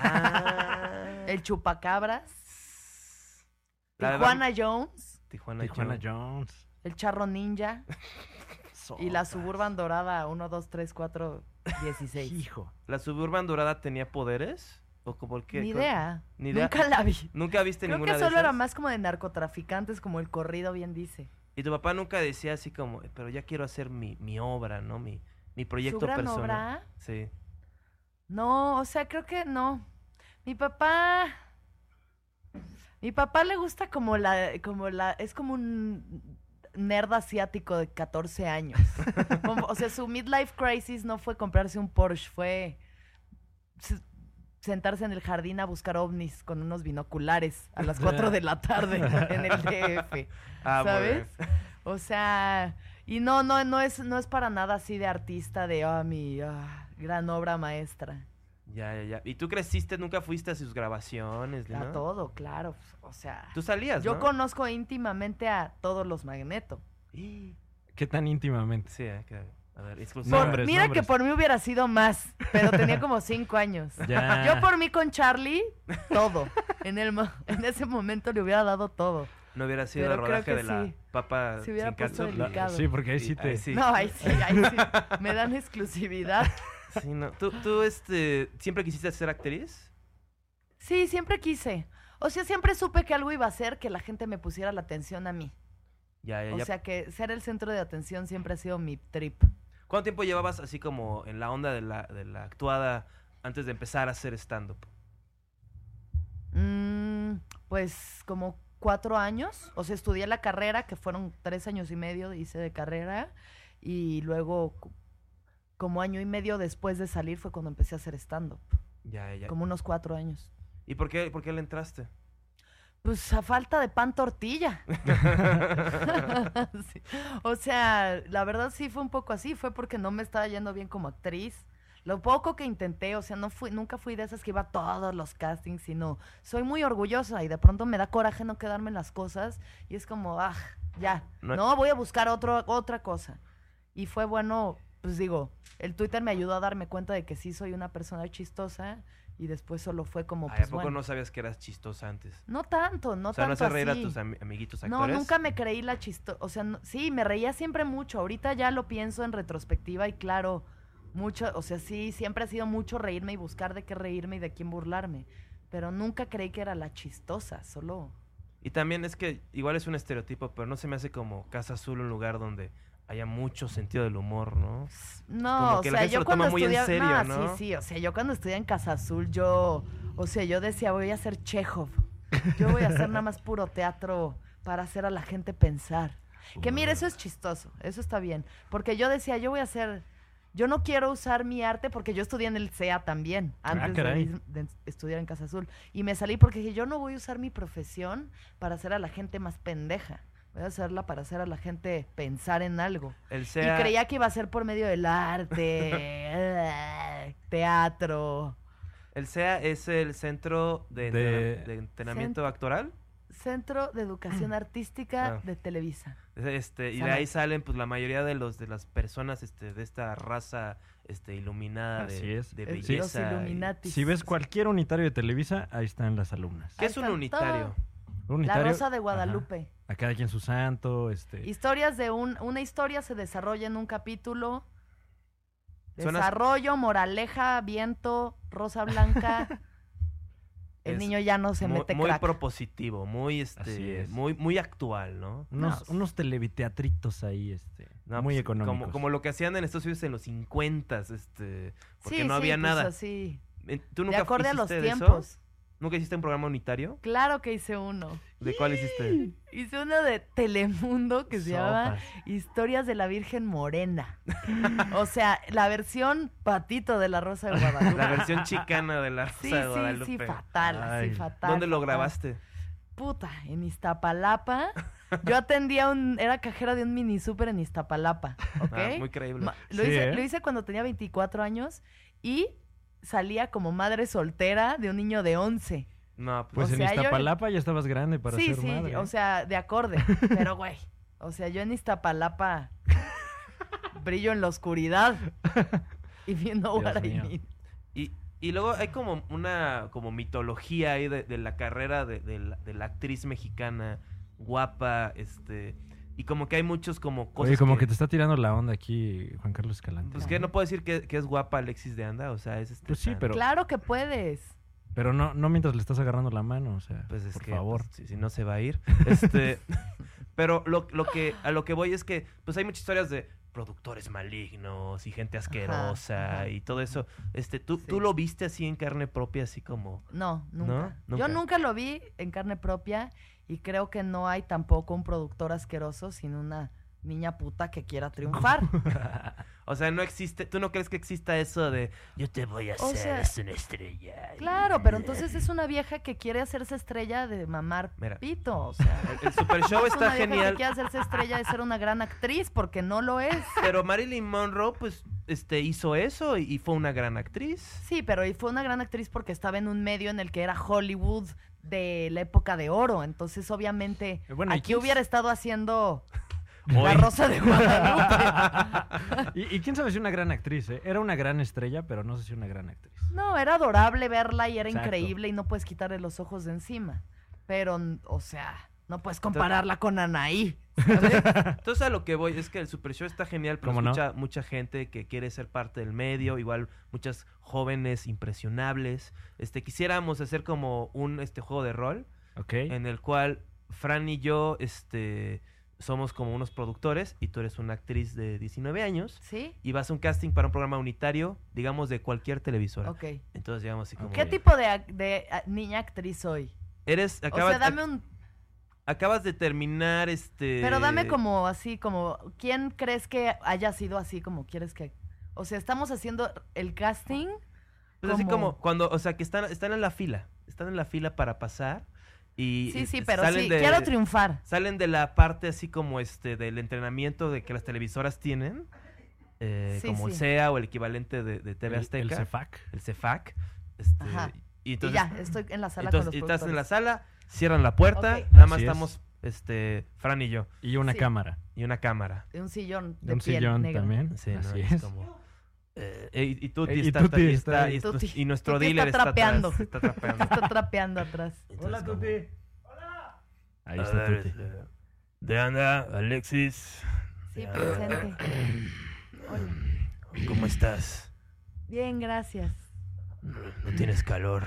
Ah. el Chupacabras, La de Tijuana Jones, Tijuana, Tijuana Joe. Jones. el Charro Ninja y la Sopas. Suburban Dorada uno, dos, tres, cuatro, dieciséis. Hijo. ¿La Suburban Dorada tenía poderes? ¿O como qué? Ni cuál- idea. Ni idea. Nunca la vi. ¿Nunca viste Creo ninguna que de solo era esas? más como de narcotraficantes, como el corrido bien dice. Y tu papá nunca decía así como, pero ya quiero hacer mi, mi obra, ¿no? Mi, mi proyecto ¿Su gran personal. obra? Sí. No, o sea, creo que no. Mi papá. Mi papá le gusta como la. como la. Es como un nerd asiático de catorce años. Como- o sea, su midlife crisis no fue comprarse un Porsche, fue s- sentarse en el jardín a buscar ovnis con unos binoculares a las cuatro de la tarde en el D F. Ah, muy ¿Sabes? bien. O sea, y no, no, no es, no es para nada así de artista de ah, mi ah, gran obra maestra. Ya, ya, ya. ¿Y tú creciste, nunca fuiste a sus grabaciones? A ¿no? todo, claro. pues, O sea, Tú salías, yo ¿no? conozco íntimamente a todos los Magneto. Sí, ¿Qué tan íntimamente? eh, que- a ver, Por- exclusiva. Nombres, mira nombres. que por mí hubiera sido más, pero tenía como cinco años. Ya. Yo por mí con Charlie, todo. En, el, mo- en ese momento le hubiera dado todo. No hubiera sido Pero el creo rodaje que de la sí. papa Se hubiera sin puesto catsup. La- delicado. sí, porque ahí sí Sí, te... ahí sí. No, ahí sí, ahí sí. Me dan exclusividad. Sí, no. ¿Tú, tú, este, siempre quisiste ser actriz? Sí, siempre quise. O sea, siempre supe que algo iba a hacer que la gente me pusiera la atención a mí. Ya, ya, O ya. sea, que ser el centro de atención siempre ha sido mi trip. ¿Cuánto tiempo llevabas así como en la onda de la, de la actuada antes de empezar a hacer stand-up? Mm, pues como cuatro años. O sea, estudié la carrera, que fueron tres años y medio, hice de carrera. Y luego, cu- como año y medio después de salir, fue cuando empecé a hacer stand-up. Ya, ya, ya. Como unos cuatro años. ¿Y por qué, por qué le entraste? Pues a falta de pan tortilla. Sí. O sea, la verdad sí fue un poco así. Fue porque no me estaba yendo bien como actriz. Lo poco que intenté, o sea, no fui, nunca fui de esas que iba a todos los castings, sino soy muy orgullosa y de pronto me da coraje no quedarme en las cosas y es como, ah, ya, No- no, voy a buscar otro, otra cosa. Y fue bueno, pues digo, el Twitter me ayudó a darme cuenta de que sí soy una persona chistosa y después solo fue como, Ay, pues ¿a poco bueno. no sabías que eras chistosa antes? No tanto, no o sea, ¿no tanto haces reír así. a tus ami- amiguitos No, actores? nunca me creí la chistosa. O sea, no- sí, me reía siempre mucho. Ahorita ya lo pienso en retrospectiva y claro, mucho, o sea, sí, siempre ha sido mucho reírme y buscar de qué reírme y de quién burlarme. Pero nunca creí que era la chistosa, solo... Y también es que igual es un estereotipo, pero no se me hace como Casa Azul un lugar donde haya mucho sentido del humor, ¿no? No, Como o que la sea, gente se yo lo cuando toma muy en estudiaba... serio, no, ¿no? sí, sí, o sea, yo cuando estudié en Casa Azul, yo... O sea, yo decía, voy a hacer Chekhov. Yo voy a hacer nada más puro teatro para hacer a la gente pensar. Que mire, eso es chistoso, eso está bien. Porque yo decía, yo voy a hacer... Yo no quiero usar mi arte porque yo estudié en el C E A también, antes de, caray. mis- de estudiar en Casa Azul. Y me salí porque dije, yo no voy a usar mi profesión para hacer a la gente más pendeja. Voy a hacerla para hacer a la gente pensar en algo. El sea... Y creía que iba a ser por medio del arte, eh, teatro, El C E A es el Centro de, De- Entrena- de Entrenamiento Cent- Actoral. Centro de Educación Artística Ah. de Televisa. Este, y de Sana. ahí salen pues la mayoría de los de las personas este de esta raza este iluminada de, Así es. de El- belleza. los y- Illuminatis. Si ves cualquier unitario de Televisa, ahí están las alumnas. ¿Qué es un Ahí están unitario? Un La unitario, Rosa de ajá, Guadalupe. a cada quien su santo, este... Historias de un... Una historia se desarrolla en un capítulo. Suenas- Desarrollo, moraleja, viento, rosa blanca. El Es niño ya no se muy, mete muy crack. propositivo, muy Así este, es. muy, muy actual, ¿no? Unos, No. unos televiteatritos ahí, este, No, muy pues, económicos. Como, como lo que hacían en Estados Unidos en los cincuenta, este, porque Sí, no sí, había pues nada. así, Eh, ¿Tú de nunca acorde a los hiciste de eso? tiempos. ¿Nunca hiciste un programa unitario? Claro que hice uno. ¿De cuál hiciste? Hice uno de Telemundo que se llama Sopas. Historias de la Virgen Morena. O sea, la versión patito de la Rosa de Guadalupe. La versión chicana de la Rosa Sí, de sí, Guadalupe. sí, fatal, Ay, así, fatal. ¿Dónde lo fatal. grabaste? Puta, en Iztapalapa. Yo atendía un, era cajera de un mini super en Iztapalapa, ¿ok? Ah, muy creíble. Ma- lo, Sí, hice, ¿eh? lo hice cuando tenía veinticuatro años y salía como madre soltera de un niño de once. No, Pues O en sea, yo- Iztapalapa ya estabas grande para sí, ser sí, madre. o ¿eh? sea, de acorde. Pero, güey, o sea, yo en Iztapalapa brillo en la oscuridad y viendo Dios What I mío. Mean. Y, y luego hay como una como mitología ahí de, de la carrera de, de la, de la actriz mexicana guapa, este, y como que hay muchos como cosas Oye, como que... te está tirando la onda aquí Juan Carlos Escalante. Pues ¿no? que no puedo decir que, que es guapa Alexis de Anda, o sea, es este... Pues sí, tan- pero- Claro que puedes. Pero no, no mientras le estás agarrando la mano, o sea, Pues es por que, favor. pues, si, si no se va a ir. Este, pero lo, lo que, a lo que voy es que, pues hay muchas historias de productores malignos y gente asquerosa ajá. y todo eso. Este, ¿tú, Sí. ¿Tú lo viste así en carne propia, así como... No, nunca. ¿Nunca? Yo nunca lo vi en carne propia y creo que no hay tampoco un productor asqueroso sin una niña puta que quiera triunfar. O sea, no existe... ¿Tú no crees que exista eso de... Yo te voy a O hacer sea, es una estrella? Claro, pero entonces es una vieja que quiere hacerse estrella de mamar Mira. pito, o sea... El, el Super Show es está una vieja que genial, quiere hacerse estrella de ser una gran actriz porque no lo es. pero Marilyn Monroe, pues, este, hizo eso y, y fue una gran actriz. Sí, pero y fue una gran actriz porque estaba en un medio en el que era Hollywood de la época de oro. Entonces, obviamente, Eh, bueno, ¿y aquí quién hubiera s- estado haciendo Hoy. La Rosa de Guadalupe. y, y quién sabe si una gran actriz, ¿eh? Era una gran estrella, pero no sé si una gran actriz. No, era adorable verla y era Exacto. increíble y no puedes quitarle los ojos de encima. Pero, o sea, no puedes compararla con Anaí. ¿sabes? Entonces a lo que voy es que el Super Show está genial, pero ¿Cómo no? escucha mucha gente que quiere ser parte del medio, igual muchas jóvenes impresionables. Este, quisiéramos hacer como un este juego de rol ¿Ok? en el cual Fran y yo este somos como unos productores y tú eres una actriz de diecinueve años ¿Sí? y vas a un casting para un programa unitario, digamos de cualquier televisora. Ok. Entonces digamos así como ¿Qué de- tipo de, ac- de a- niña actriz soy? eres O acabas, sea, dame un... acabas de terminar este Pero dame como así, como... ¿Quién crees que haya sido así como quieres que...? O sea, estamos haciendo el casting... Pues así como- como cuando, o sea, que están, están en la fila, están en la fila para pasar y Sí, sí, eh, pero salen sí, de, quiero triunfar. salen de la parte así como este del entrenamiento de que las televisoras tienen, eh, Sí, como el sí. C E A o el equivalente de, de T V El- Azteca, El CEFAC. el CEFAC, este, Ajá. y Y entonces, ya, estoy en la sala entonces con y los estás en la productores. sala, cierran la puerta, Ok. nada más Así es. estamos este Fran y yo Y una Sí. cámara. y una cámara. De un sillón De de un piel sillón negra. también. Sí, ¿no? Así Es es. como, eh, y, y Tuti Eh, y está, Tuti y está está- ahí. y, estos- Tuti. y nuestro Tuti dealer está está atrás, trapeando. está trapeando. Está trapeando atrás. Entonces, como, Ahí A está ver, Tuti. este, De Anda, Alexis. Sí, Ya. presente. Hola. ¿Cómo estás? Bien, gracias. No, no tienes calor.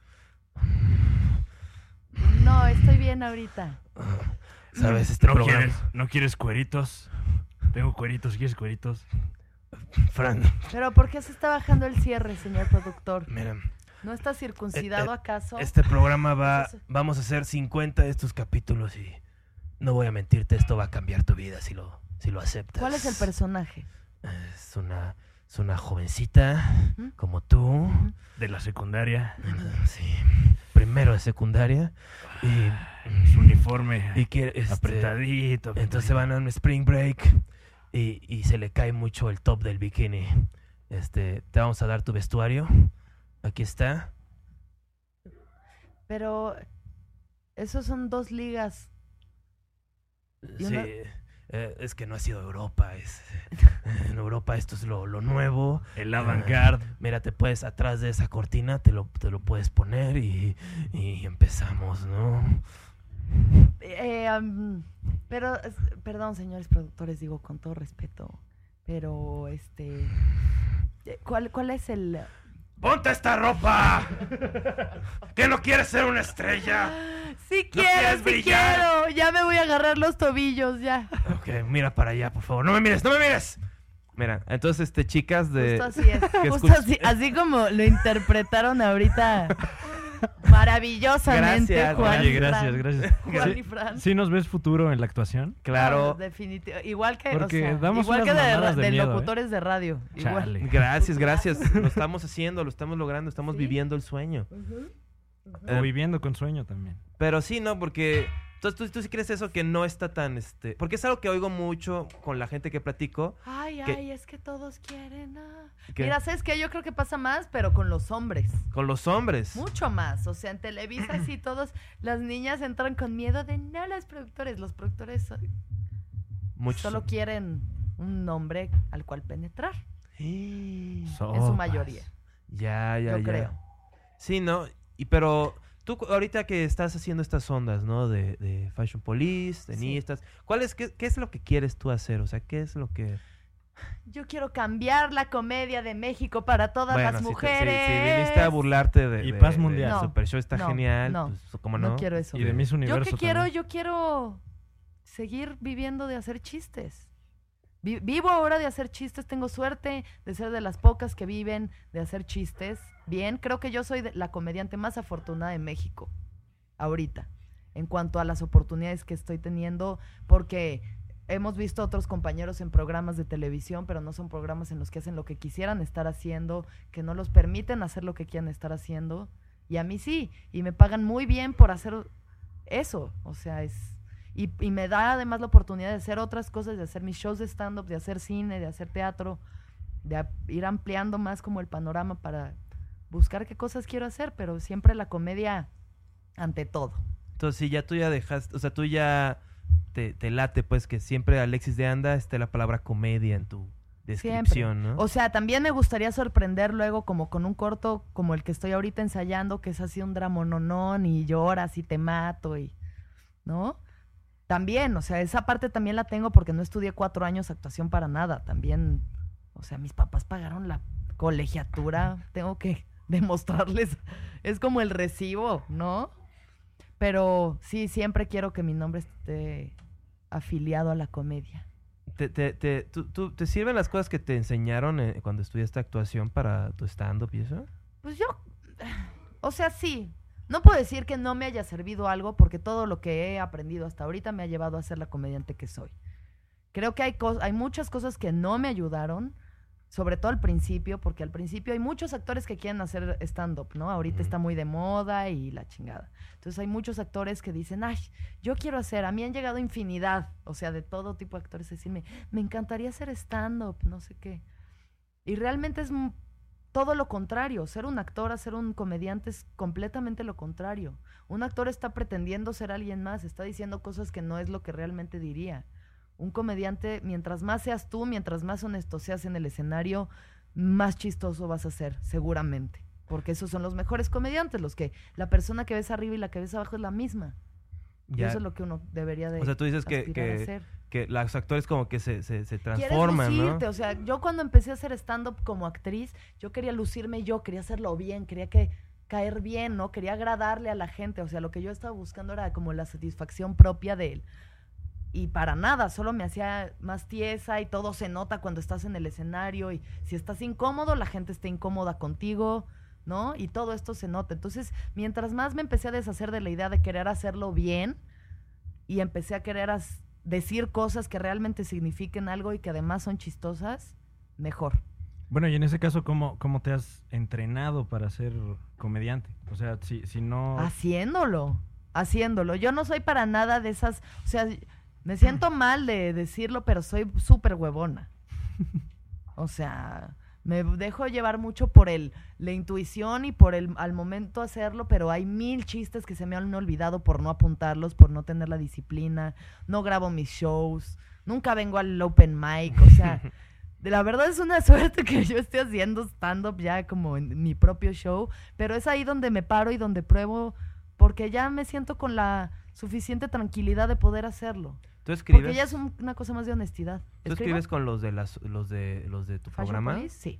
No, estoy bien ahorita. ¿Sabes? Este ¿No programa. quieres, ¿No quieres cueritos? Tengo cueritos, ¿quieres cueritos? Fran, Pero ¿por qué se está bajando el cierre, señor productor? mira, ¿No está circuncidado Eh, eh, acaso? este programa va. Eso es- Vamos a hacer cincuenta de estos capítulos y. No voy a mentirte, esto va a cambiar tu vida si lo, si lo aceptas. ¿Cuál es el personaje? Es una. Es una jovencita ¿Mm? como tú. De la secundaria. Sí. Primero de secundaria. Y. Su uniforme y quiere, este, apretadito. Entonces van a un spring break y, y se le cae mucho el top del bikini. Este, te vamos a dar tu vestuario. Aquí está. Pero esos son dos ligas. Y Sí, una- eh, es que no ha sido Europa. Es, en Europa esto es lo, lo nuevo. El avant-garde. Mira, te puedes atrás de esa cortina, te lo, te lo puedes poner y, y empezamos, ¿no? Eh, am, pero, es- perdón, señores productores, digo con todo respeto, pero este... ¿Cuál, cuál es el...? ¡Ponte esta ropa! ¿Que no quieres ser una estrella? Sí ¿No quiero, quieres sí brillar? quiero. Ya me voy a agarrar los tobillos, ya. Ok, mira para allá, por favor. ¡No me mires, no me mires! Mira, entonces, este, chicas de... Justo así es. que Justo escuch- así, así como lo interpretaron ahorita maravillosamente, Gracias, Juan Oye, y gracias, Fran. gracias. Juan Sí- y Fran. ¿Sí nos ves futuro en la actuación? Claro. Definitivo. Igual que, Porque o sea, damos igual unas que de, mamadas de de miedo, ¿eh? locutores de radio. Igual. Chale. Gracias, gracias. Lo estamos haciendo, lo estamos logrando, estamos ¿Sí? viviendo el sueño. Ujú, ujú. Eh, O viviendo con sueño también. Pero sí, ¿no? Porque tú, tú, tú sí crees eso que no está tan, este... Porque es algo que oigo mucho con la gente que platico. Ay, que- ay, es que todos quieren. ah. ¿Qué? Mira, ¿sabes qué? Yo creo que pasa más, pero con los hombres. Con los hombres. Mucho más. O sea, en Televisa sí todos, las niñas entran con miedo de no, los productores. Los productores so- Muchos. solo quieren un hombre al cual penetrar. Sí. En su Sopas. mayoría. Ya, ya, Yo ya. creo. Sí, ¿no? Y pero tú cu- ahorita que estás haciendo estas ondas, ¿no? De, de Fashion Police, tenistas. ¿Cuál es, qué, qué es lo que quieres tú hacer? O sea, ¿qué es lo que...? Yo quiero cambiar la comedia de México para todas Bueno, las si te- mujeres. Si, si viniste a burlarte de... Y de- paz de mundial. No, Super Show está no, genial. no, Pues, ¿cómo no? No quiero eso. Y de Miss Yo Universo que quiero, también. yo quiero seguir viviendo de hacer chistes. Vi- vivo ahora de hacer chistes, tengo suerte de ser de las pocas que viven de hacer chistes. Bien, creo que yo soy de- la comediante más afortunada de México ahorita, en cuanto a las oportunidades que estoy teniendo, porque hemos visto otros compañeros en programas de televisión, pero no son programas en los que hacen lo que quisieran estar haciendo, que no los permiten hacer lo que quieran estar haciendo, y a mí sí, y me pagan muy bien por hacer eso, o sea, es... Y, y me da además la oportunidad de hacer otras cosas, de hacer mis shows de stand-up, de hacer cine, de hacer teatro, de a- ir ampliando más como el panorama para buscar qué cosas quiero hacer, pero siempre la comedia ante todo. Entonces, sí, ya tú ya dejaste... O sea, tú ya te, te late, pues, que siempre Alexis de Anda esté la palabra comedia en tu descripción, ¿no? O sea, también me gustaría sorprender luego como con un corto como el que estoy ahorita ensayando, que es así un dramononón y lloras y te mato y... ¿No? También, o sea, esa parte también la tengo porque no estudié cuatro años actuación para nada. También, o sea, mis papás pagaron la colegiatura, tengo que demostrarles, es como el recibo, ¿no? Pero sí, siempre quiero que mi nombre esté afiliado a la comedia. ¿Te, te, te, tú- tú- ¿te sirven las cosas que te enseñaron eh, cuando estudiaste actuación para tu stand-up y eso? Pues yo, o sea, sí. No puedo decir que no me haya servido algo porque todo lo que he aprendido hasta ahorita me ha llevado a ser la comediante que soy. Creo que hay, cos- hay muchas cosas que no me ayudaron, sobre todo al principio, porque al principio hay muchos actores que quieren hacer stand-up, ¿no? Ahorita Ujú. está muy de moda y la chingada. Entonces hay muchos actores que dicen, ay, yo quiero hacer, a mí han llegado infinidad, o sea, de todo tipo de actores, a decirme, me encantaría hacer stand-up, no sé qué. Y realmente es m- todo lo contrario. Ser un actor, ser un comediante es completamente lo contrario. Un actor está pretendiendo ser alguien más, está diciendo cosas que no es lo que realmente diría. Un comediante, mientras más seas tú, mientras más honesto seas en el escenario, más chistoso vas a ser, seguramente. Porque esos son los mejores comediantes, los que la persona que ves arriba y la que ves abajo es la misma. Y Ya. eso es lo que uno debería de O sea, tú dices que, aspirar a que, ser. que los actores como que se, se, se Quieres transforman, ¿no? lucirte, o sea, yo cuando empecé a hacer stand-up como actriz, yo quería lucirme yo, quería hacerlo bien, quería que caer bien, ¿no? Quería agradarle a la gente, o sea, lo que yo estaba buscando era como la satisfacción propia de él. Y para nada, solo me hacía más tiesa y todo se nota cuando estás en el escenario y si estás incómodo, la gente está incómoda contigo, ¿no? Y todo esto se nota. Entonces, mientras más me empecé a deshacer de la idea de querer hacerlo bien y empecé a querer as- decir cosas que realmente signifiquen algo y que además son chistosas, mejor. Bueno, y en ese caso, ¿cómo, cómo te has entrenado para ser comediante? O sea, si, si no... Haciéndolo, haciéndolo. Yo no soy para nada de esas, o sea, me siento mal de decirlo, pero soy súper huevona. O sea, me dejo llevar mucho por el, la intuición y por el al momento hacerlo, pero hay mil chistes que se me han olvidado por no apuntarlos, por no tener la disciplina, no grabo mis shows, nunca vengo al open mic, o sea, de la verdad es una suerte que yo esté haciendo stand-up ya como en mi propio show, pero es ahí donde me paro y donde pruebo, porque ya me siento con la suficiente tranquilidad de poder hacerlo. ¿Tú escribes? Porque ya es un- una cosa más de honestidad. ¿Tú escribes con los de las los de los de tu Fashion programa? Police? Sí. O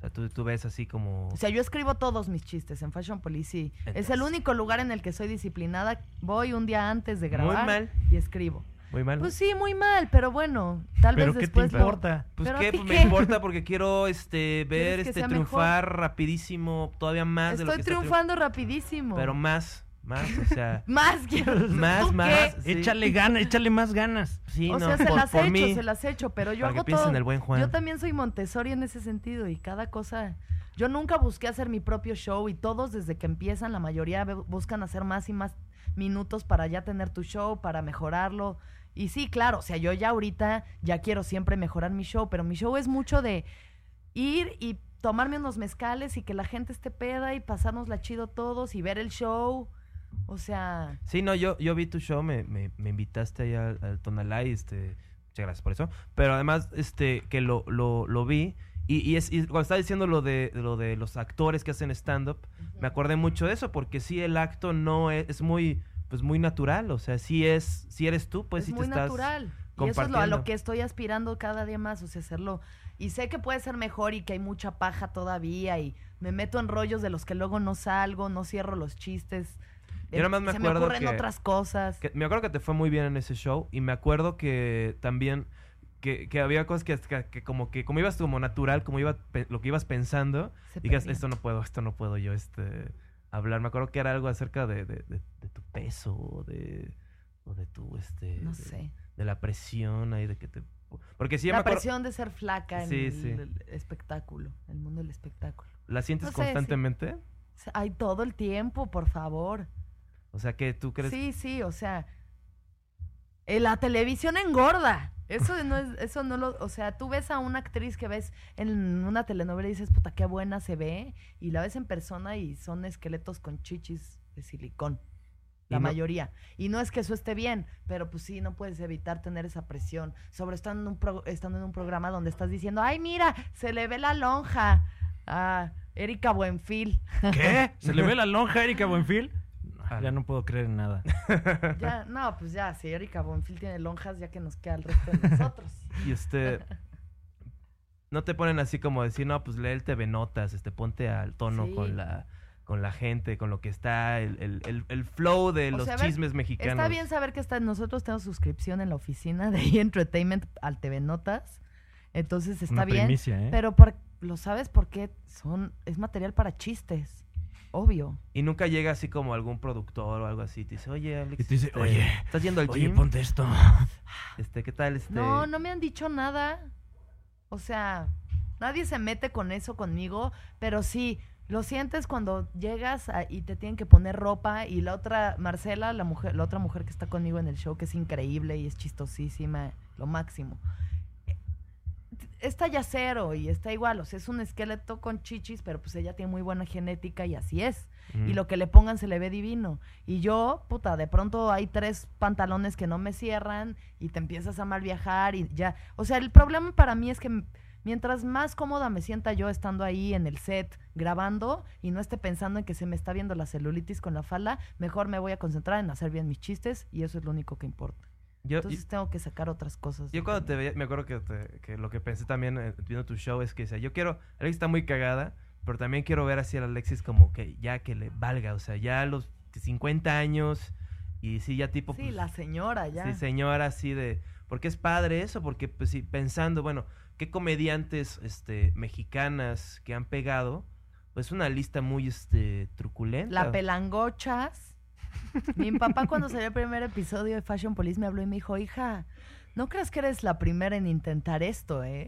sea, tú, tú ves así como... O sea, yo escribo todos mis chistes en Fashion Police, sí. Es Entonces- el único lugar en el que soy disciplinada. Voy un día antes de Muy grabar mal. y escribo. Muy mal. Pues sí, muy mal, pero bueno, tal ¿Pero vez qué te después lo- importa? Pues pero qué, a ti pues qué. me importa porque quiero este ver ¿Quieres que este sea triunfar rapidísimo, todavía más de lo Estoy que está triunfando. triunfando rapidísimo. Pero más, más, o sea, Más quiero. más, ¿Tú más. qué? sí. Échale ganas, échale más ganas. Sí, O no, sea, se por, las por he hecho, mí, se las he hecho, pero yo para que hago piensen todo. en el buen Juan. Yo también soy Montessori en ese sentido y cada cosa... Yo nunca busqué hacer mi propio show y todos desde que empiezan, la mayoría bu- buscan hacer más y más minutos para ya tener tu show, para mejorarlo. Y sí, claro, o sea, yo ya ahorita ya quiero siempre mejorar mi show, pero mi show es mucho de ir y tomarme unos mezcales y que la gente esté peda y pasárnosla chido todos y ver el show. O sea, Sí, no, yo, yo vi tu show, me, me, me invitaste ahí al, al Tonalá y este, muchas gracias por eso. Pero además, este, que lo, lo, lo vi y, y, es, y cuando estaba diciendo lo de, lo de los actores que hacen stand-up, me acordé mucho de eso porque sí, el acto no es, es muy, pues muy natural, o sea, sí es, sí eres tú, pues es sí te muy estás natural. Y eso es lo, a compartiendo. lo que estoy aspirando cada día más, o sea, hacerlo. Y sé que puede ser mejor y que hay mucha paja todavía y me meto en rollos de los que luego no salgo, no cierro los chistes. Yo nada más me Se acuerdo me ocurren que- otras cosas. Que- me acuerdo que te fue muy bien en ese show y me acuerdo que también que, que había cosas que, que, que como que como ibas como natural, como iba pe- lo que ibas pensando, Se digas, perdía. esto no puedo, esto no puedo yo este hablar. Me acuerdo que era algo acerca de, de, de- de tu peso o de o de tu este No de- sé. de la presión ahí de que te porque sí me La acuerdo, presión de ser flaca en Sí, el, sí. el espectáculo, el mundo del espectáculo. ¿la sientes no sé, sí. constantemente? O sea, hay todo el tiempo, por favor. O sea, que tú crees Sí, sí, o sea, eh, la televisión engorda. Eso no es, eso no lo, o sea, tú ves a una actriz que ves en una telenovela y dices, puta, qué buena se ve, y la ves en persona y son esqueletos con chichis de silicón, la Y no- mayoría. Y no es que eso esté bien, pero pues sí, no puedes evitar tener esa presión, sobre estando en un, pro- estando en un programa donde estás diciendo, ay, mira, se le ve la lonja a Erika Buenfil. ¿Qué? ¿Se le ve la lonja a Erika Buenfil? Ah, Ya no. no puedo creer en nada. Ya, no, pues ya, si Erika Buenfil tiene lonjas, ya que nos queda el resto de nosotros. y este no te ponen así como decir, no, pues lee el T V Notas, este, ponte al tono Sí. con la con la gente, con lo que está, el, el, el, el flow de O los sea, a ver, chismes mexicanos. Está bien saber que está, nosotros tenemos suscripción en la oficina de E! Entertainment al T V Notas. Entonces está Una bien. primicia, ¿eh? Pero por- lo sabes porque son, es material para chistes. Obvio. Y nunca llega así como algún productor o algo así, te dice, oye, Alex, Y te dice, este, oye, ¿estás yendo al Oye, gym? ponte esto. Este, ¿qué tal? Este? No, no me han dicho nada. O sea, nadie se mete con eso conmigo, pero sí, lo sientes cuando llegas a- y te tienen que poner ropa y la otra, Marcela, la mujer, la otra mujer que está conmigo en el show, que es increíble y es chistosísima, lo máximo. eh, Está ya cero y está igual, o sea, es un esqueleto con chichis, pero pues ella tiene muy buena genética y así es. Mm. Y lo que le pongan se le ve divino. Y yo, puta, de pronto hay tres pantalones que no me cierran y te empiezas a mal viajar y ya. O sea, el problema para mí es que m- mientras más cómoda me sienta yo estando ahí en el set grabando y no esté pensando en que se me está viendo la celulitis con la falda, mejor me voy a concentrar en hacer bien mis chistes y eso es lo único que importa. Yo, Entonces tengo que sacar otras cosas. Yo de cuando que- te veía, me acuerdo que, te- que lo que pensé también eh, viendo tu show es que, o sea, yo quiero, Alexis está muy cagada, pero también quiero ver así a Alexis como que ya que le valga, o sea, ya a los cincuenta años y sí, ya tipo... Sí, pues, la señora ya. sí, señora, así de... Porque es padre eso, porque pues sí, pensando, bueno, qué comediantes este, mexicanas que han pegado, pues una lista muy este, truculenta. La pelangochas. Mi papá cuando salió el primer episodio de Fashion Police me habló y me dijo, hija, no creas que eres la primera en intentar esto, ¿eh?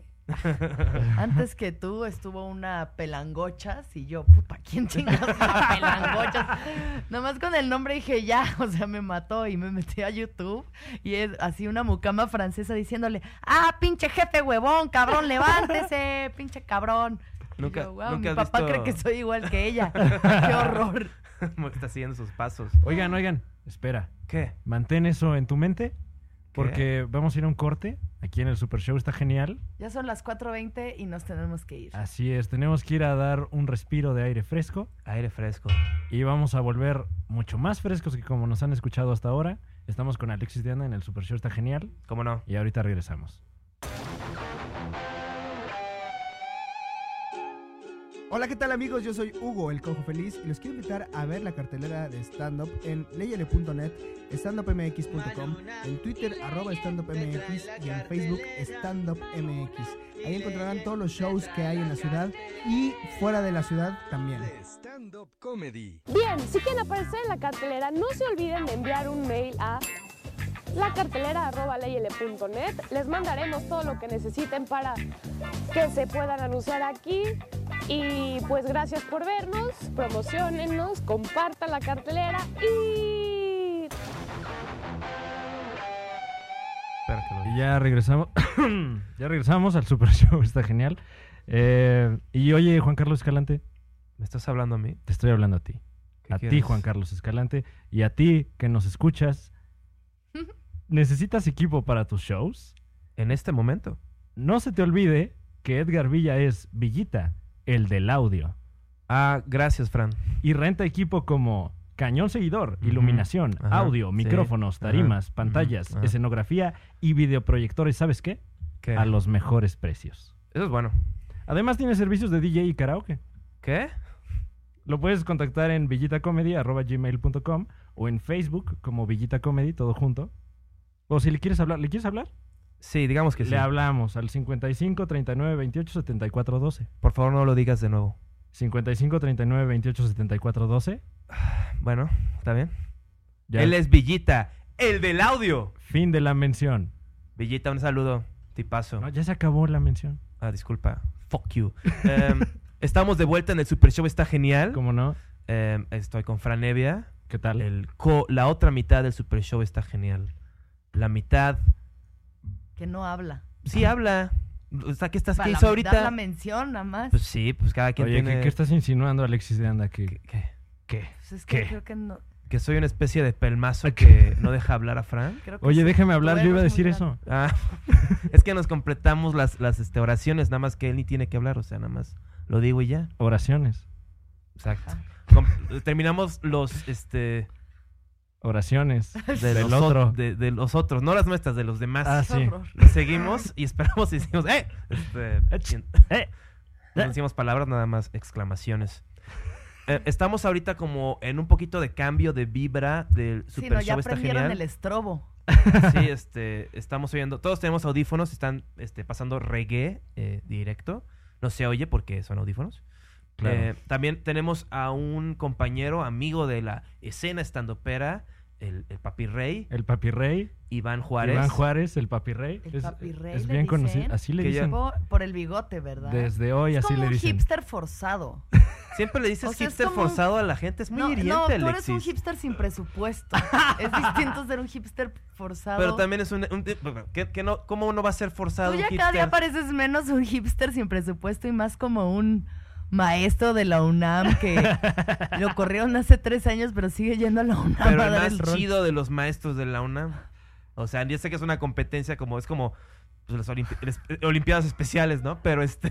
Antes que tú estuvo una pelangochas y yo, puta, ¿quién chingas una pelangochas? Nomás con el nombre dije, ya, o sea, me mató y me metí a YouTube y es así una mucama francesa diciéndole, ah, pinche jefe huevón, cabrón, levántese, pinche cabrón. Y Nunca- yo, "Guau, nunca mi has papá visto- cree que soy igual que ella. Qué horror. Como que está siguiendo sus pasos. Oigan, oigan, espera. ¿Qué? Mantén eso en tu mente porque vamos a ir a un corte. Aquí en el Super Show está genial. Ya son las cuatro veinte y nos tenemos que ir. Así es, tenemos que ir a dar un respiro de aire fresco Aire fresco. y vamos a volver mucho más frescos que como nos han escuchado hasta ahora. Estamos con Alexis Diana en el Super Show está genial ¿Cómo no? y ahorita regresamos. Hola, ¿qué tal amigos? Yo soy Hugo, el Cojo Feliz, y los quiero invitar a ver la cartelera de stand-up en leyele punto net, stand up m x punto com, en Twitter, arroba standupmx, y en Facebook, standupmx. Ahí encontrarán todos los shows que hay en la ciudad y fuera de la ciudad también. Stand-up comedy. Bien, si quieren aparecer en la cartelera, no se olviden de enviar un mail a la cartelera arroba leyele punto net. Les mandaremos todo lo que necesiten para que se puedan anunciar aquí. Y pues gracias por vernos, promociónennos, compartan la cartelera y... Y ya regresamos, ya regresamos al Super Show, está genial. Eh, y oye, Juan Carlos Escalante. ¿Me estás hablando a mí? Te estoy hablando a ti. A quieres? ti, Juan Carlos Escalante. Y a ti, que nos escuchas. ¿Necesitas equipo para tus shows? En este momento. No se te olvide que Edgar Villa es Villita, el del audio. Ah, gracias, Fran. Y renta equipo como cañón seguidor, Ujú. iluminación, Ajá, audio, sí. micrófonos, tarimas, Ajá, pantallas, ujú, ajá. escenografía y videoproyectores. ¿Sabes qué? ¿Qué? A los mejores precios. Eso es bueno. Además tiene servicios de D J y karaoke. ¿Qué? Lo puedes contactar en villitacomedy arroba gmail punto com o en Facebook como Villita Comedy, todo junto. O si le quieres hablar, ¿le quieres hablar? Sí, digamos que sí. Le hablamos al cincuenta y cinco, treinta y nueve, veintiocho, setenta y cuatro, doce. Por favor, no lo digas de nuevo. cincuenta y cinco, treinta y nueve, veintiocho, setenta y cuatro, doce. Bueno, está bien. Ya. Él es Villita, el del audio. Fin de la mención. Villita, un saludo. Tipazo. No, ya se acabó la mención. Ah, disculpa. Fuck you. Em, estamos de vuelta en el Super Show, está genial. ¿Cómo no? Em, estoy con Fran Evia. ¿Qué tal? El co- la otra mitad del Super Show está genial. La mitad... Que no habla. Sí habla. O sea, ¿qué estás? Para ¿Qué la hizo mitad ahorita? la mención, nada más. Pues sí, pues cada quien Oye, tiene... ¿qué, qué estás insinuando, Alexis de Anda? ¿Qué? Que, qué? ¿Qué? Pues es que ¿Qué? creo que no. Que soy una especie de pelmazo que no deja hablar a Fran. Creo que Oye, sí. déjame Tu hablar, yo ego iba a es muy decir grande. eso. Ah, es que nos completamos las, las este, oraciones, nada más que él ni tiene que hablar, o sea, nada más lo digo y ya. Oraciones. Exacto. Ajá. Com- terminamos los, este, Oraciones. de Del los o- otro. De, de los otros, no las nuestras, de los demás. Ah, Qué sí. horror. Lo seguimos y esperamos y decimos, ¡eh! Este, Ech. eh. No decimos palabras, nada más exclamaciones. Eh, estamos ahorita como en un poquito de cambio de vibra del Sí, Super no, ya Show, está prendieron genial. el estrobo. Sí, este, estamos oyendo, todos tenemos audífonos, están este, pasando reggae eh, directo. No se oye porque son audífonos. Claro. Eh, también tenemos a un compañero, amigo de la escena estandopera, el, el Papi Rey, El Papi Rey. Iván Juárez. Iván Juárez, el Papi Rey. El es, Papi Rey, es ¿le bien dicen? conocido. Así le Que ya- dicen. Por, por el bigote, ¿verdad? Desde hoy es así como le un dicen. hipster forzado. Siempre le dices O sea, es hipster como un- forzado a la gente, es muy no, hiriente, no, tú eres Alexis. un hipster sin presupuesto. Es distinto ser un hipster forzado. Pero también es un... un- ¿qué- qué no, ¿Cómo no va a ser forzado Tú un ya hipster? cada día pareces menos un hipster sin presupuesto y más como un maestro de la UNAM que lo corrieron hace tres años, pero sigue yendo a la UNAM Pero a el dar más el rol. chido de los maestros de la UNAM. O sea, yo sé que es una competencia como... Es como pues, las olimpi- las Olimpiadas Especiales, ¿no? Pero este...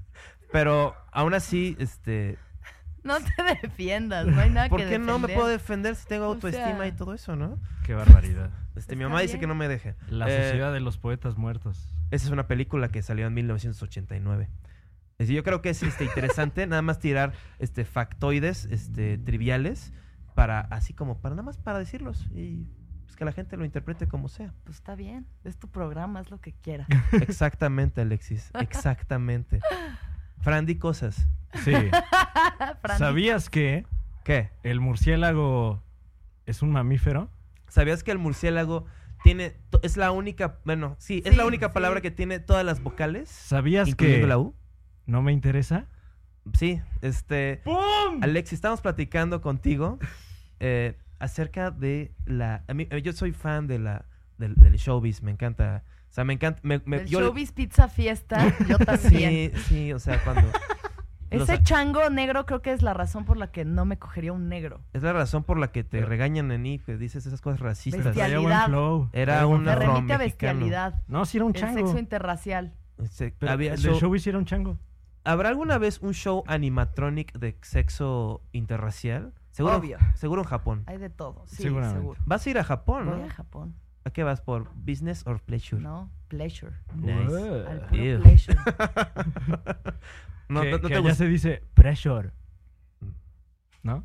Pero aún así, este... No te defiendas, no hay nada ¿Por que qué no me defender. puedo defender si tengo O autoestima sea- y todo eso, no? Qué barbaridad. Este, mi Está mamá dice bien. que no me deje. La Eh, Sociedad de los Poetas Muertos. Esa es una película que salió en mil novecientos ochenta y nueve. Es decir, yo creo que es este, interesante nada más tirar este, factoides este, triviales para, así como, para nada más para decirlos y pues, que la gente lo interprete como sea. Pues está bien, es tu programa, haz lo que quieras. Exactamente, Alexis, exactamente. Fran, di cosas. Sí. Fran, ¿Sabías que ¿Qué? el murciélago es un mamífero? ¿Sabías que el murciélago tiene, to- es la única, bueno, sí, es Sí, la única sí. palabra que tiene todas las vocales, ¿Sabías incluyendo que la U? no me interesa? Sí, este... ¡Pum! Alexis, estamos platicando contigo eh, acerca de la... A mí, eh, yo soy fan de la del, del showbiz, me encanta... O sea, me encanta... Me, me- el yo- Showbiz Pizza Fiesta, yo también. Sí, sí, o sea, cuando... los- Ese chango negro creo que es la razón por la que no me cogería un negro. es la razón por la que te Pero- regañan en I, que dices esas cosas racistas. Bestial. Traía buen Bestialidad. flow. Era Traía buen un Me flow. error. remite a mexicano. bestialidad. No, sí era un El chango. sexo interracial. Este, Pero había el de show- Showbiz era un chango. ¿Habrá alguna vez un show animatronic de sexo interracial? Seguro, Obvio. seguro en Japón. Hay de todo. Sí, Seguramente. seguro. Vas a ir a Japón, Voy ¿no? a Japón. ¿A qué vas? ¿Por business or pleasure? No, pleasure. Nice. Al puro Ew. pleasure. no, que no, no que te allá gusta. se dice pressure. ¿No?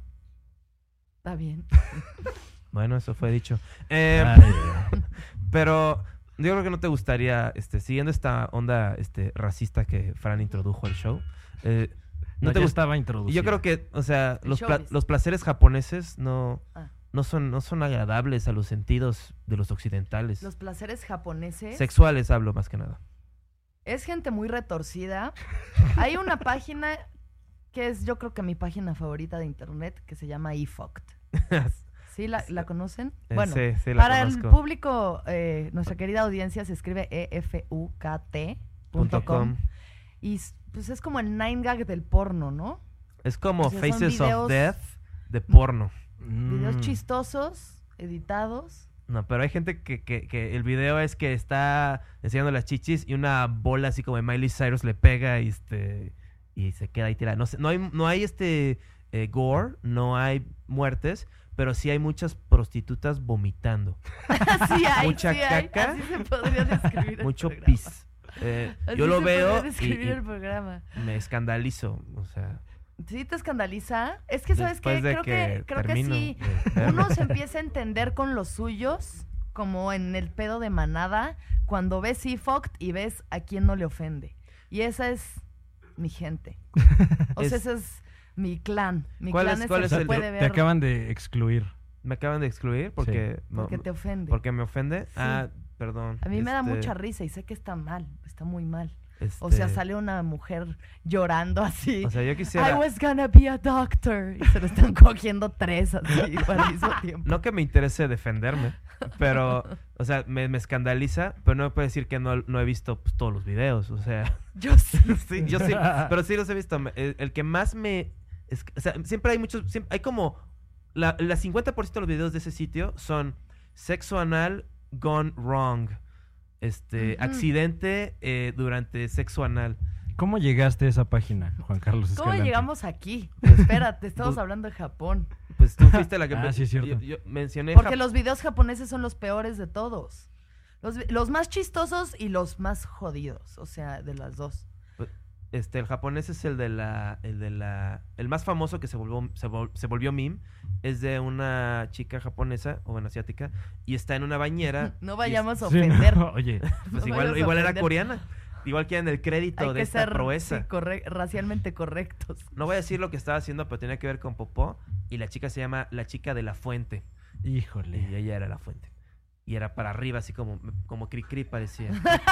Está bien. Bueno, eso fue dicho. Eh, Ay, pero yo creo que no te gustaría, este, siguiendo esta onda este, racista que Fran introdujo al show, eh, no, no te ya gusta. estaba Y introducido. yo creo que, o sea, El los, pla- showbiz. los placeres japoneses no, Ah. no, son, no son agradables a los sentidos de los occidentales. Los placeres japoneses. Sexuales hablo más que nada. Es gente muy retorcida. Hay una página que es, yo creo que mi página favorita de internet, que se llama eFucked. ¿Sí la, la conocen? Eh, Bueno, sí, sí, la para el conozco. público, eh, nuestra querida audiencia se escribe E F U K T punto Punto com. com. Y s- pues es como el nine gag del porno, ¿no? Es como O sea, son Faces videos- of Death de porno. Videos Mm. chistosos, editados. No, pero hay gente que, que, que el video es que está enseñando las chichis y una bola así como de Miley Cyrus le pega y este y se queda ahí tirada. No sé, no hay, no hay este eh, gore, no hay muertes, pero sí hay muchas prostitutas vomitando. Sí hay, Mucha sí hay. caca, Así se podría describir el Mucho programa. pis. Eh, Así yo lo se veo podría y, describir y el programa. me escandalizo, o sea, ¿Sí te escandaliza? Es que, ¿sabes qué? después de Creo que, creo que termino sí. de verlo. Uno se empieza a entender con los suyos, como en el pedo de manada, cuando ves eFucked y ves a quién no le ofende. Y esa es mi gente. O sea, Es- ese es mi clan. Mi ¿Cuál clan es- es, cuál el es que el- puede Te ver acaban de excluir. Me acaban de excluir porque no- porque te ofende. porque me ofende. Ah, perdón. A mí me da Este, mucha risa y sé que está mal, está muy mal. O este, sea, sale una mujer llorando así. O sea, yo I quisiera was gonna be a doctor. Y se lo están cogiendo tres así al mismo tiempo. no que me interese defenderme, pero o sea, me, me escandaliza, pero no me puede decir que no, no he visto pues, todos los videos, o sea, Yo sí. sí, yo sí, pero sí los he visto. Me- El, el que más me es- o sea, siempre hay muchos siempre- hay como la, la cincuenta por ciento de los videos de ese sitio son sexo anal gone wrong. Este, Ujú. accidente eh, durante sexo anal. ¿Cómo llegaste a esa página, Juan Carlos ¿Cómo Escalante? llegamos aquí? Espérate, estamos Pues- hablando de Japón. Pues tú fuiste la que Ah, sí, es cierto. Yo, yo mencioné Porque Jap- los videos japoneses son los peores de todos. Los, vi- los más chistosos y los más jodidos. O sea, de las dos. Este, el japonés es el de la, el de la, el más famoso que se volvió, se, vol- se volvió meme, es de una chica japonesa, o bueno, asiática, y está en una bañera. No y vayamos a Sí, ofender. no, oye, es- pues no igual, vayas a igual era ofender. coreana, igual quieren el crédito Hay de que esta ser proeza. sí, corre- racialmente correctos. No voy a decir lo que estaba haciendo, pero tenía que ver con popó, y la chica se llama la chica de la fuente, y híjole. ella era la fuente. Y era para arriba, así como, como cri-cri parecía.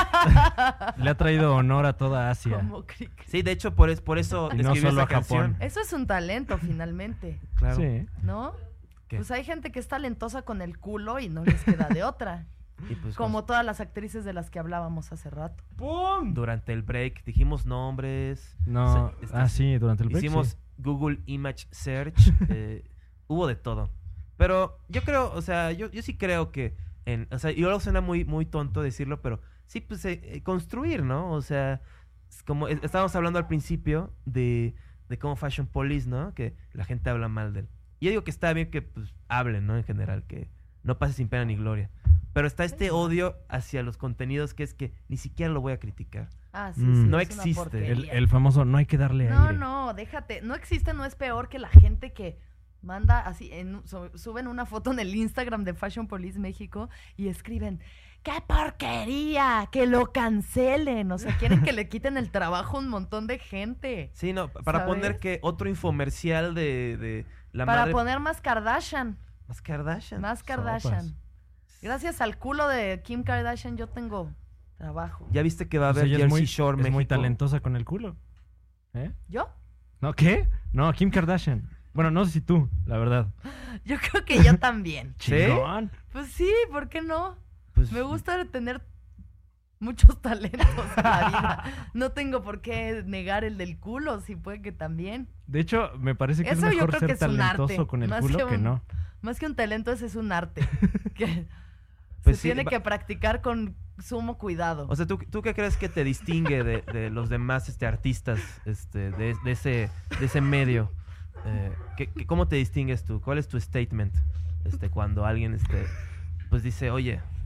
Le ha traído honor a toda Asia. Como cri- cri- Sí, de hecho, por, es, por eso Y no escribí solo esa a canción. Japón. Eso es un talento, finalmente. Claro. Sí. ¿No? ¿Qué? Pues hay gente que es talentosa con el culo y no les queda de otra. Y pues, Como todas las actrices de las que hablábamos hace rato. ¡pum! Durante el break dijimos nombres. No, Se- este, ah, sí, durante el break, Hicimos sí. Google Image Search. eh, hubo de todo. Pero yo creo, o sea, yo, yo sí creo que. En, o sea, y luego suena muy, muy tonto decirlo, pero sí, pues eh, eh, construir, ¿no? O sea, es como es- estábamos hablando al principio de, de cómo Fashion Police, ¿no? Que la gente habla mal de él. Y yo digo que está bien que pues, hablen, ¿no? En general, que no pase sin pena ni gloria. Pero está este odio hacia los contenidos que es que ni siquiera lo voy a criticar. Ah, sí, Mm. sí. No es una existe. porquería. El, el famoso no hay que darle No, aire. no, déjate. No existe, no es peor que la gente que manda así, en, un- su- suben una foto en el Instagram de Fashion Police México y escriben, ¡qué porquería! ¡Que lo cancelen! O sea, quieren que le quiten el trabajo a un montón de gente. Sí, no, para ¿Sabes? poner que otro infomercial de, de la Para madre... poner más Kardashian. Más Kardashian. Más Kardashian. Gracias al culo de Kim Kardashian yo tengo trabajo. ¿Ya viste que va a O sea, haber ella Jersey es muy, Shore es México? muy talentosa con el culo. ¿Eh? ¿Yo? ¿No? ¿Qué? No, Kim Kardashian. Bueno, no sé si tú, la verdad. Yo creo que yo también. ¿Sí? Chingón. Pues sí, ¿por qué no? Pues, Me gusta tener muchos talentos en la vida. No tengo por qué negar el del culo, si puede que también. De hecho, me parece que Eso es yo mejor creo ser que es un talentoso arte, con el más culo que que, un- no. Más que un talento, ese es un arte. Que Pues se sí, tiene va- que practicar con sumo cuidado. O sea, ¿tú, ¿tú qué crees que te distingue de, de los demás este, artistas este, de, de ese, de ese medio? Eh, ¿qué, qué- ¿Cómo te distingues tú? ¿Cuál es tu statement este, cuando alguien este, pues dice, oye,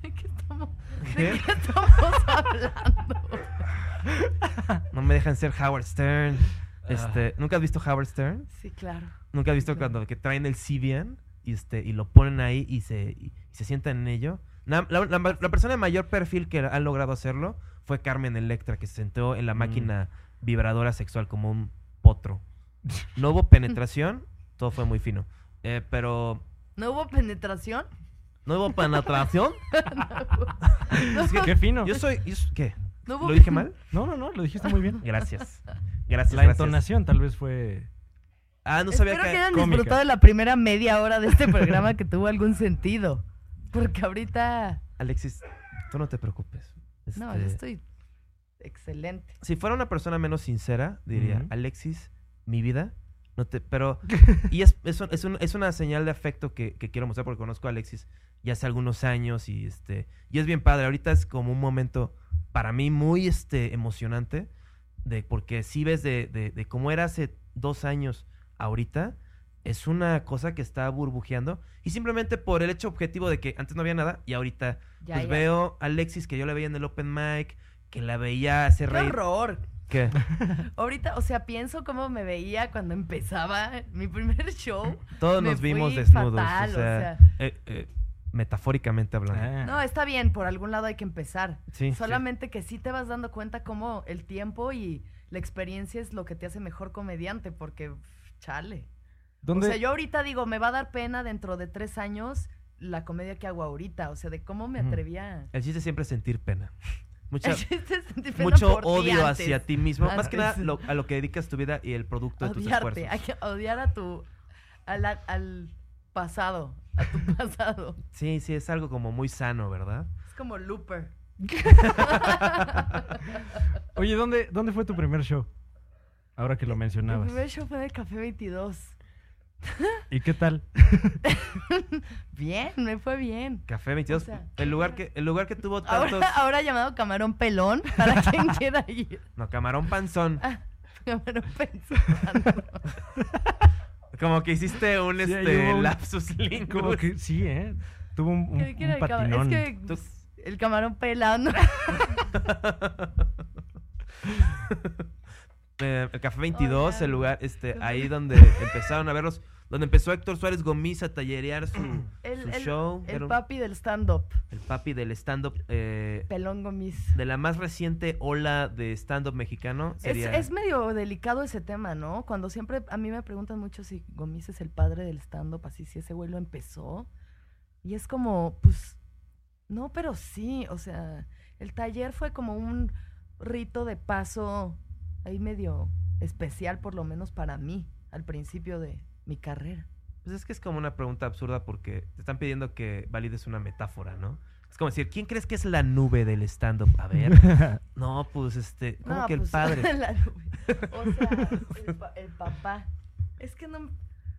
¿De qué estamos, ¿Qué? ¿de qué estamos hablando? No me dejan ser Howard Stern. Este, ¿nunca has visto Howard Stern? Sí, claro. ¿Nunca has visto Claro. cuando que traen el Symbian y este y lo ponen ahí y se y, y se sientan en ello? Na- La, la- la persona de mayor perfil que ha logrado hacerlo fue Carmen Electra, que se sentó en la Mm. máquina vibradora sexual como un potro. No hubo penetración, todo fue muy fino. Eh, pero ¿No hubo penetración? no hubo penetración. Es que Qué fino. yo soy, yo s- ¿qué? ¿No hubo ¿Lo dije mal? No, no, no, lo dijiste muy bien. Gracias. Gracias. La gracias. entonación tal vez fue... Ah, no sabía Espero que que hayan cómica. disfrutado de la primera media hora de este programa que tuvo algún sentido. Porque ahorita... Alexis, tú no te preocupes. No, Este, yo estoy excelente. Si fuera una persona menos sincera, diría, Ujú. Alexis, mi vida, no te... Pero... y es, es, un- es, un- es una señal de afecto que, que quiero mostrar porque conozco a Alexis ya hace algunos años y este... Y es bien padre. Ahorita es como un momento para mí muy este, emocionante de porque si ves de, de, de cómo era hace dos años ahorita, es una cosa que está burbujeando y simplemente por el hecho objetivo de que antes no había nada y ahorita Ya, pues ya. veo a Alexis que yo la veía en el open mic, que la veía hacer ¡Qué reír. horror! ¿Qué? Ahorita, o sea, pienso cómo me veía cuando empezaba mi primer show. Todos Me nos vimos fui desnudos, fatal, o o sea, sea. eh, eh, metafóricamente hablando. Ah. No, está bien, por algún lado hay que empezar. Sí, sí. Solamente que sí te vas dando cuenta cómo el tiempo y la experiencia es lo que te hace mejor comediante, porque, pff, chale. ¿Dónde? O sea, yo ahorita digo, me va a dar pena dentro de tres años la comedia que hago ahorita. O sea, de cómo me Ujú. atrevía. El chiste siempre es sentir pena. Mucha, El chiste es sentir pena mucho por ti odio antes. hacia ti mismo. Más que nada Antes. lo- a lo que dedicas tu vida y el producto de tus Odiarte, hay esfuerzos. que odiar a tu, a la- al pasado, a tu pasado. Sí, sí, es algo como muy sano, ¿verdad? Es como Looper. Oye, ¿dónde, ¿dónde fue tu primer show? Ahora que lo Mi mencionabas. primer show fue en el Café veintidós. ¿Y qué tal? Bien, me fue bien. Café veintidós, O sea, el lugar que el lugar que tuvo tantos... Ahora, ahora llamado Camarón Pelón, para quien quiera ir. No, camarón panzón. Ah, Camarón Pensando. Como que hiciste un Sí, este hay un- lapsus linguis. Como que sí, ¿eh? Tuvo un, un- ¿Qué quiere un el cama- patinón. Es que Tú- pues, el Camarón Pelón. Eh, el Café veintidós, Oigan. el lugar, este, Café- ahí donde empezaron a verlos, donde empezó Héctor Suárez Gómez a tallerear su, El, su el- show. el Era un- papi del stand-up, el papi del stand-up, eh, Pelón Gomis. de la más reciente ola de stand-up mexicano. Es, Sería... es medio delicado ese tema, ¿no? Cuando siempre a mí me preguntan mucho si Gomis es el padre del stand-up, así si ese güey lo empezó. Y es como, pues, no, pero sí, o sea, el taller fue como un rito de paso ahí medio especial, por lo menos para mí, al principio de mi carrera. Pues es que es como una pregunta absurda porque te están pidiendo que valides una metáfora, ¿no? Es como decir, ¿quién crees que es la nube del stand-up? A ver. No, pues este, ¿cómo No, que el pues, padre? la nube. O sea, el, pa- el papá. Es que no, no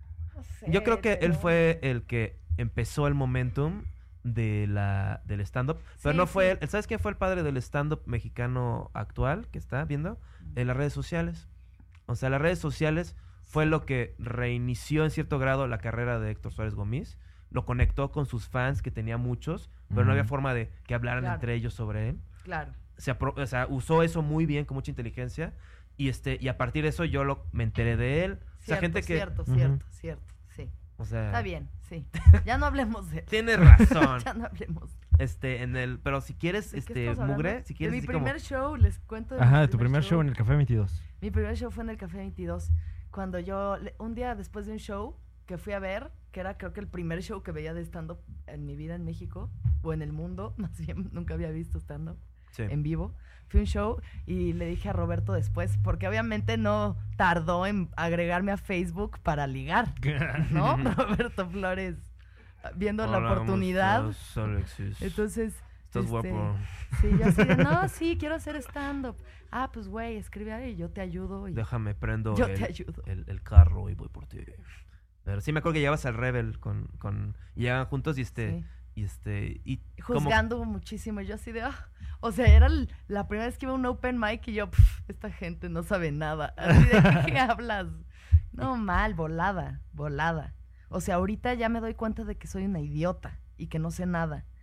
sé, Yo creo que él pero- fue el que empezó el momentum de la del stand-up, pero Sí, no fue sí. él. ¿Sabes quién fue el padre del stand-up mexicano actual que está viendo? En las redes sociales. O sea, las redes sociales fue lo que reinició en cierto grado la carrera de Héctor Suárez Gómez. Lo conectó con sus fans, que tenía muchos, pero no había Ujú. forma de que hablaran Claro. entre ellos sobre él. Claro. Se apro- o sea, usó eso muy bien, con mucha inteligencia. Y este y a partir de eso yo lo, me enteré de él. O sea, Cierto, gente que... cierto, Ujú. cierto, cierto, sí. O sea, Está bien, sí. Ya no hablemos de él. tienes razón. Ya no hablemos. Este, en el... Pero si quieres, ¿De qué este, estamos hablando? mugre, si quieres de mi así como... primer show, les cuento de mi Ajá, de tu primer show en el Café veintidós. Mi primer show fue en el Café veintidós. Cuando yo, le- un día después de un show que fui a ver, que era creo que el primer show que veía de stand-up en mi vida en México, o en el mundo, más bien, nunca había visto stand-up Sí. en vivo. Fui a un show y le dije a Roberto después, porque obviamente no tardó en agregarme a Facebook para ligar, ¿no? Roberto Flores, viendo la Hola, oportunidad. ¿cómo estás, Alexis? Entonces, Estás este, guapo. sí, yo así de, no, sí, quiero hacer stand-up. Ah, pues, güey, escribe ahí, yo te ayudo. Y Déjame, prendo yo el, te ayudo. el, el carro y voy por ti. Pero sí me acuerdo que llevabas al Rebel con... con y llegaban juntos y este... Sí. Y este... Y como- Juzgando muchísimo. Yo así de, ah, o sea, era l- la primera vez que iba a un open mic y yo, "Pf, esta gente no sabe nada. Así de, ¿qué, qué hablas? No, mal, volada, volada. O sea, ahorita ya me doy cuenta de que soy una idiota y que no sé nada.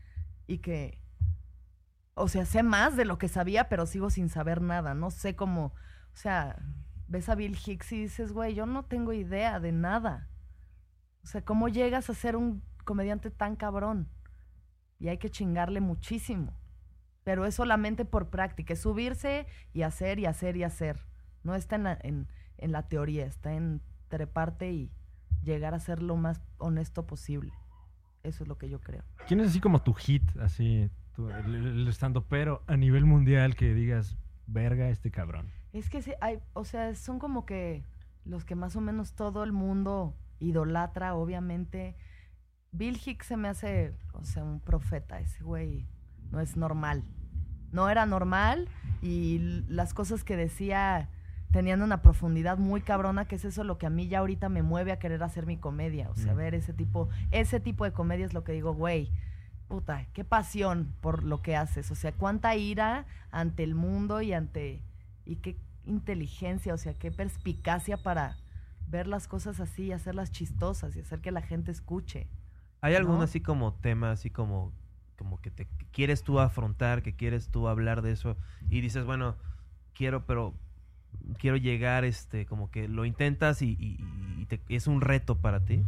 y que, o sea, sé más de lo que sabía, pero sigo sin saber nada. No sé cómo, o sea, ves a Bill Hicks y dices, güey, yo no tengo idea de nada. O sea, ¿cómo llegas a ser un comediante tan cabrón? Y hay que chingarle muchísimo. Pero es solamente por práctica, es subirse y hacer y hacer y hacer. No está en la, en, en la teoría, está en treparte y llegar a ser lo más honesto posible. Eso es lo que yo creo. ¿Quién es así como tu hit, así, tu, el, el estandopero a nivel mundial que digas, verga, este cabrón? Es que sí, hay, o sea, son como que los que más o menos todo el mundo idolatra, obviamente. Bill Hicks se me hace, o sea, un profeta. Ese güey no es normal. No era normal y l- las cosas que decía tenían una profundidad muy cabrona, que es eso lo que a mí ya ahorita me mueve a querer hacer mi comedia. O sea, Mm. ver ese tipo, ese tipo de comedia es lo que digo, güey, puta, qué pasión por lo que haces. O sea, cuánta ira ante el mundo y ante, y qué inteligencia, o sea, qué perspicacia para ver las cosas así y hacerlas chistosas y hacer que la gente escuche. ¿Hay algún ¿no? así como tema, así como, como que te que quieres tú afrontar, que quieres tú hablar de eso y dices, bueno, quiero, pero quiero llegar, este, como que lo intentas y, y- y te- es un reto para ti?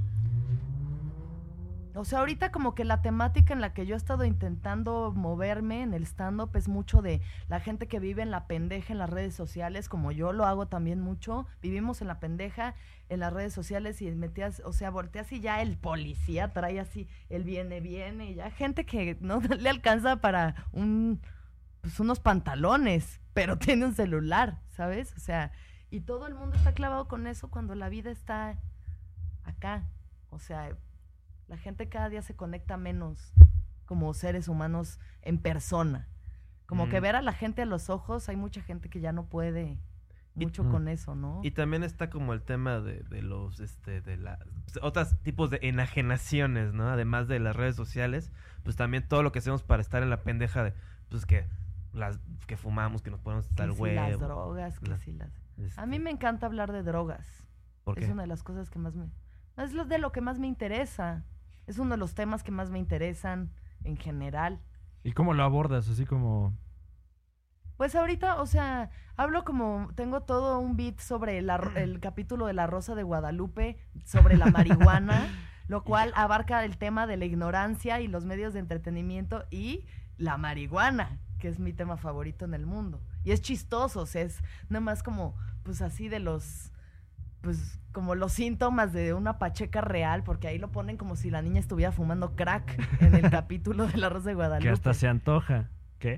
O sea, ahorita como que la temática en la que yo he estado intentando moverme en el stand-up es mucho de la gente que vive en la pendeja en las redes sociales, como yo lo hago también mucho. Vivimos en la pendeja en las redes sociales y metías, o sea, volteas y ya el policía trae así, el viene, viene, y ya gente que no le alcanza para un, pues unos pantalones, pero tiene un celular, ¿sabes? O sea, y todo el mundo está clavado con eso cuando la vida está acá. O sea, la gente cada día se conecta menos como seres humanos en persona. Como que Mm. ver a la gente a los ojos, hay mucha gente que ya no puede Y- mucho Mm. con eso, ¿no? Y también está como el tema de, de los, este, de la, pues, otros tipos de enajenaciones, ¿no? Además de las redes sociales, pues también todo lo que hacemos para estar en la pendeja de, pues que las, que fumamos, que nos ponemos hasta Que el si huevo. las drogas, que la- si las... este, A mí me encanta hablar de drogas. ¿Por Es qué? una de las cosas que más me... Es lo de lo que más me interesa. Es uno de los temas que más me interesan en general. ¿Y cómo lo abordas? Así como... Pues ahorita, o sea, hablo como, tengo todo un beat sobre la ro- el capítulo de La Rosa de Guadalupe, sobre la marihuana, lo cual abarca el tema de la ignorancia y los medios de entretenimiento y la marihuana, que es mi tema favorito en el mundo. Y es chistoso, o sea, es nada más como, pues así de los, pues como los síntomas de una pacheca real, porque ahí lo ponen como si la niña estuviera fumando crack en el capítulo de La Rosa de Guadalupe. Que hasta se antoja. ¿Qué?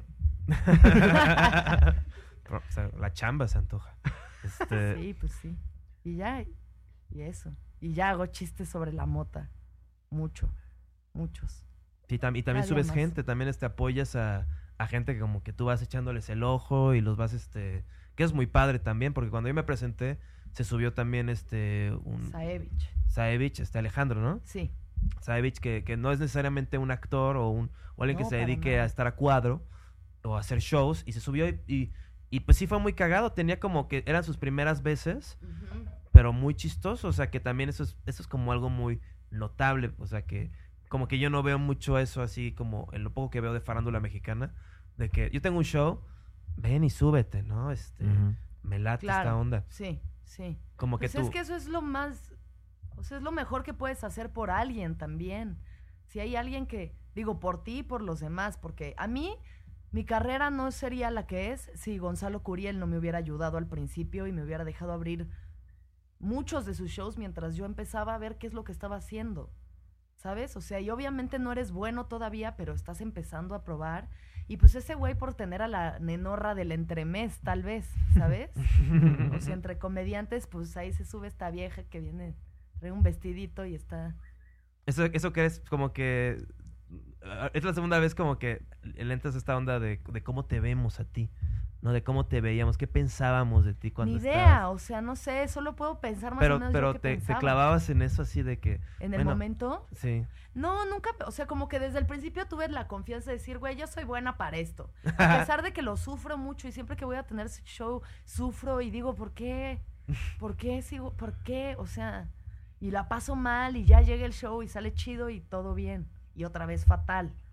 O sea, la chamba se antoja. Este, Sí, pues sí. Y ya, y eso. Y ya hago chistes sobre la mota. Mucho, muchos. sí, tam- y también Cada día subes más. gente, también este, apoyas a, a gente que como que tú vas echándoles el ojo y los vas, este, que es muy padre también, porque cuando yo me presenté, se subió también este, un Saevich. Saevich, este Alejandro, ¿no? Sí. Saevich, que, que no es necesariamente un actor o, un, o alguien No, que se para dedique nada. a estar a cuadro o a hacer shows, y se subió y, y, y pues sí fue muy cagado, tenía como que eran sus primeras veces, pero muy chistoso, o sea que también eso es, eso es como algo muy notable, o sea que como que yo no veo mucho eso así como en lo poco que veo de farándula mexicana, de que yo tengo un show, ven y súbete, ¿no? Este, Ujú. me late esta Claro. onda, Sí, sí. como que Pues tú... es que eso es lo más, o sea, es lo mejor que puedes hacer por alguien también. Si hay alguien que, digo, por ti y por los demás, porque a mí, mi carrera no sería la que es si Gonzalo Curiel no me hubiera ayudado al principio y me hubiera dejado abrir muchos de sus shows mientras yo empezaba a ver qué es lo que estaba haciendo, ¿sabes? O sea, y obviamente no eres bueno todavía, pero estás empezando a probar. Y pues ese güey por tener a la nenorra del entremés, tal vez, ¿sabes? O sea, entre comediantes, pues ahí se sube esta vieja que viene, trae un vestidito y está... Eso, eso que es como que... ah, Es la segunda vez como que le entras a esta onda de, de cómo te vemos a ti, ¿no? De cómo te veíamos, qué pensábamos de ti cuando Ni idea, estabas. o sea, no sé, solo puedo pensar más o Pero, menos yo pero qué te, te pensaba. clavabas en eso así de que... ¿En el bueno, momento? Sí. No, nunca, o sea, como que desde el principio tuve la confianza de decir, güey, yo soy buena para esto. A pesar de que lo sufro mucho y siempre que voy a tener show, sufro y digo, ¿por qué? ¿Por qué sigo? ¿Por qué? O sea, y la paso mal y ya llega el show y sale chido y todo bien. Y otra vez fatal.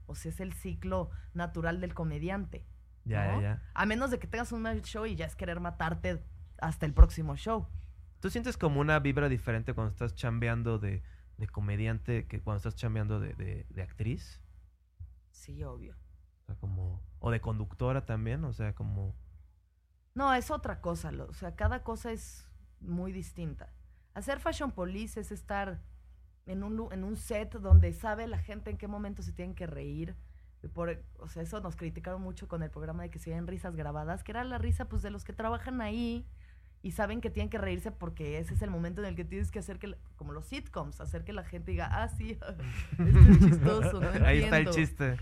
O sea, es el ciclo natural del comediante. Ya, ¿no? ya, ya. A menos de que tengas un mal show y ya es querer matarte hasta el próximo show. ¿Tú sientes como una vibra diferente cuando estás chambeando de, de comediante que cuando estás chambeando de, de, de actriz? Sí, obvio. O sea, como... O de conductora también, o sea, como... No, es otra cosa. lo- O sea, cada cosa es muy distinta. Hacer Fashion Police es estar en un, lu- en un set donde sabe la gente en qué momento se tienen que reír. Y Por, o sea, eso nos criticaron mucho con el programa de que se veían risas grabadas, que era la risa pues de los que trabajan ahí y saben que tienen que reírse porque ese es el momento en el que tienes que hacer que, la- como los sitcoms, hacer que la gente diga, ah, sí, esto es chistoso, no Ahí está el entiendo". chiste.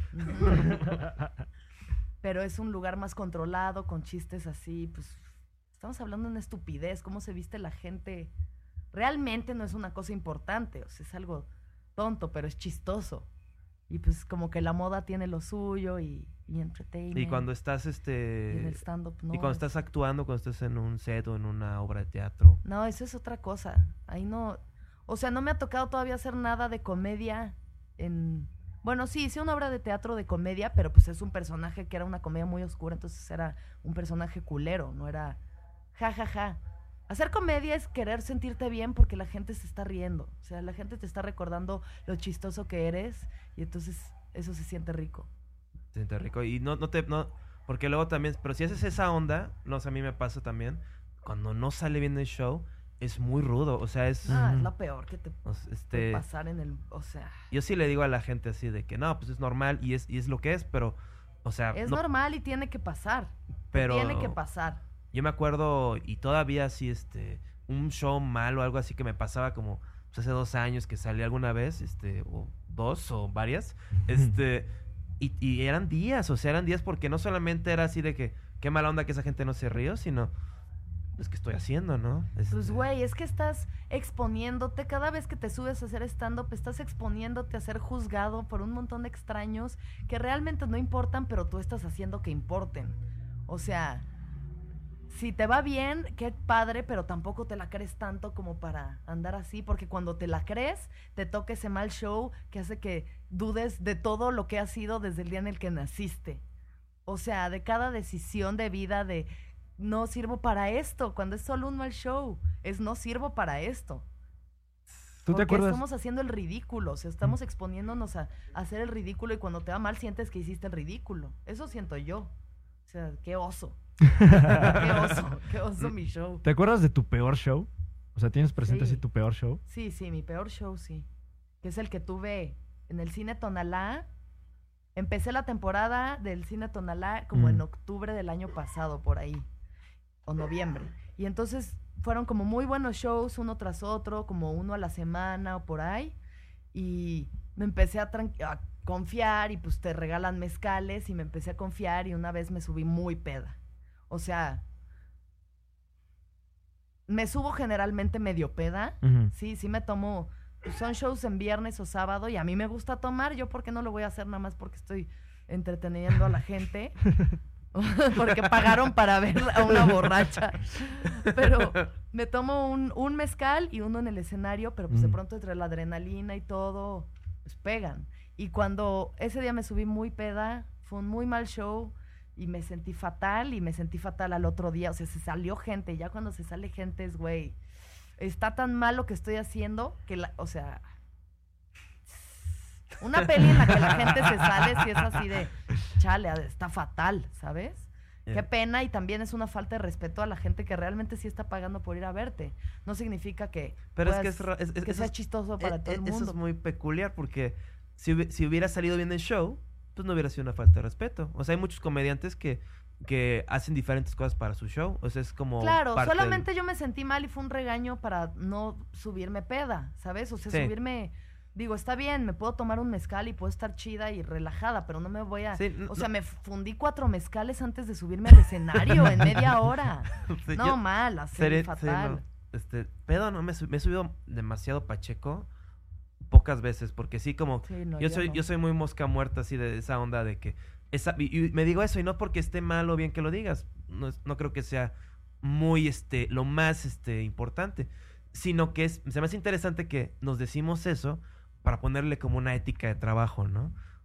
Ujú. Pero es un lugar más controlado, con chistes así, pues estamos hablando de una estupidez, cómo se viste la gente. Realmente no es una cosa importante, o sea, es algo tonto, pero es chistoso. Y pues como que la moda tiene lo suyo y, y entertainment. Y cuando estás, y en este... el stand-up no. y cuando es- estás actuando, cuando estás en un set o en una obra de teatro. No, eso es otra cosa. Ahí no... O sea, no me ha tocado todavía hacer nada de comedia en... Bueno, sí, hice una obra de teatro de comedia, pero pues es un personaje que era una comedia muy oscura, entonces era un personaje culero, no era ja, ja, ja. Hacer comedia es querer sentirte bien porque la gente se está riendo. O sea, la gente te está recordando lo chistoso que eres y entonces eso se siente rico. Se siente rico. Y no, no te... No, porque luego también... Pero si haces esa onda, no sé, a mí me pasa también, cuando no sale bien el show, es muy rudo. O sea, es... Ah, es lo peor que te o sea, puede este... pasar en el... O sea, Yo sí le digo a la gente así de que no, pues es normal y es, y es lo que es, pero... O sea, es no- normal y tiene que pasar. pero... Tiene que pasar. Yo me acuerdo, y todavía así, este, un show mal o algo así que me pasaba como pues, hace dos años que salí alguna vez, este, o dos o varias, este, y, y eran días, o sea, eran días porque no solamente era así de que qué mala onda que esa gente no se rió, sino pues qué estoy haciendo, ¿no? Pues, Este, güey, es que estás exponiéndote, cada vez que te subes a hacer stand-up, estás exponiéndote a ser juzgado por un montón de extraños que realmente no importan, pero tú estás haciendo que importen. O sea, si te va bien, qué padre, pero tampoco te la crees tanto como para andar así, porque cuando te la crees, te toca ese mal show que hace que dudes de todo lo que has sido desde el día en el que naciste. O sea, de cada decisión de vida de no sirvo para esto, cuando es solo un mal show, es no sirvo para esto. ¿Tú te Porque acuerdas? estamos haciendo el ridículo, o sea, estamos exponiéndonos a, a hacer el ridículo y cuando te va mal sientes que hiciste el ridículo. Eso siento yo. O sea, qué oso. Qué oso, qué oso mi show. ¿Te acuerdas de tu peor show? O sea, ¿tienes presente Sí. así tu peor show? Sí, sí, mi peor show, sí. Que es el que tuve en el Cine Tonalá. Empecé la temporada del Cine Tonalá como Mm. en octubre del año pasado, por ahí. O noviembre. Y entonces fueron como muy buenos shows, uno tras otro, como uno a la semana o por ahí. Y me empecé a, tran- a confiar y pues te regalan mezcales y me empecé a confiar y una vez me subí muy peda. O sea, me subo generalmente medio peda. Ujú. Sí, sí me tomo, pues, son shows en viernes o sábado y a mí me gusta tomar, yo por qué no lo voy a hacer nada más porque estoy entreteniendo a la gente, porque pagaron para ver a una borracha, pero me tomo un, un mezcal y uno en el escenario, pero pues de Mm. pronto entre la adrenalina y todo, pues pegan. Y cuando ese día me subí muy peda, fue un muy mal show y me sentí fatal y me sentí fatal al otro día, o sea, se salió gente, ya cuando se sale gente es, güey, está tan mal lo que estoy haciendo que, la, o sea, una peli en la que la gente se sale si es así de, chale, está fatal, ¿sabes? Yeah. Qué pena y también es una falta de respeto a la gente que realmente sí está pagando por ir a verte. No significa que, Pero es que puedas- es ra- es- es- que eso sea es- chistoso para Eh, todo el eh, mundo. Eso es muy peculiar porque si, hubi- si hubiera salido bien el show, pues no hubiera sido una falta de respeto. O sea, hay muchos comediantes que, que hacen diferentes cosas para su show. O sea, es como Claro, parte del- solamente yo me sentí mal y fue un regaño para no subirme peda, ¿sabes? O sea, Sí. subirme, digo, está bien, me puedo tomar un mezcal y puedo estar chida y relajada, pero no me voy a... Sí, n- o sea, no- me fundí cuatro mezcales antes de subirme al escenario en media hora. Sí, No, yo- mal, así, Seré- sí, fatal. no. Este, pedo, no, me, su- me he subido demasiado pacheco pocas veces, porque sí, como, Sí, no, yo yo soy, no. yo soy muy mosca muerta, así de esa onda de que, esa, y, y me digo eso, y no porque esté mal o bien que lo digas, no, es- no creo que sea muy, este, lo más, este, importante, sino que es, se me hace interesante que nos decimos eso para ponerle como una ética de trabajo, ¿no?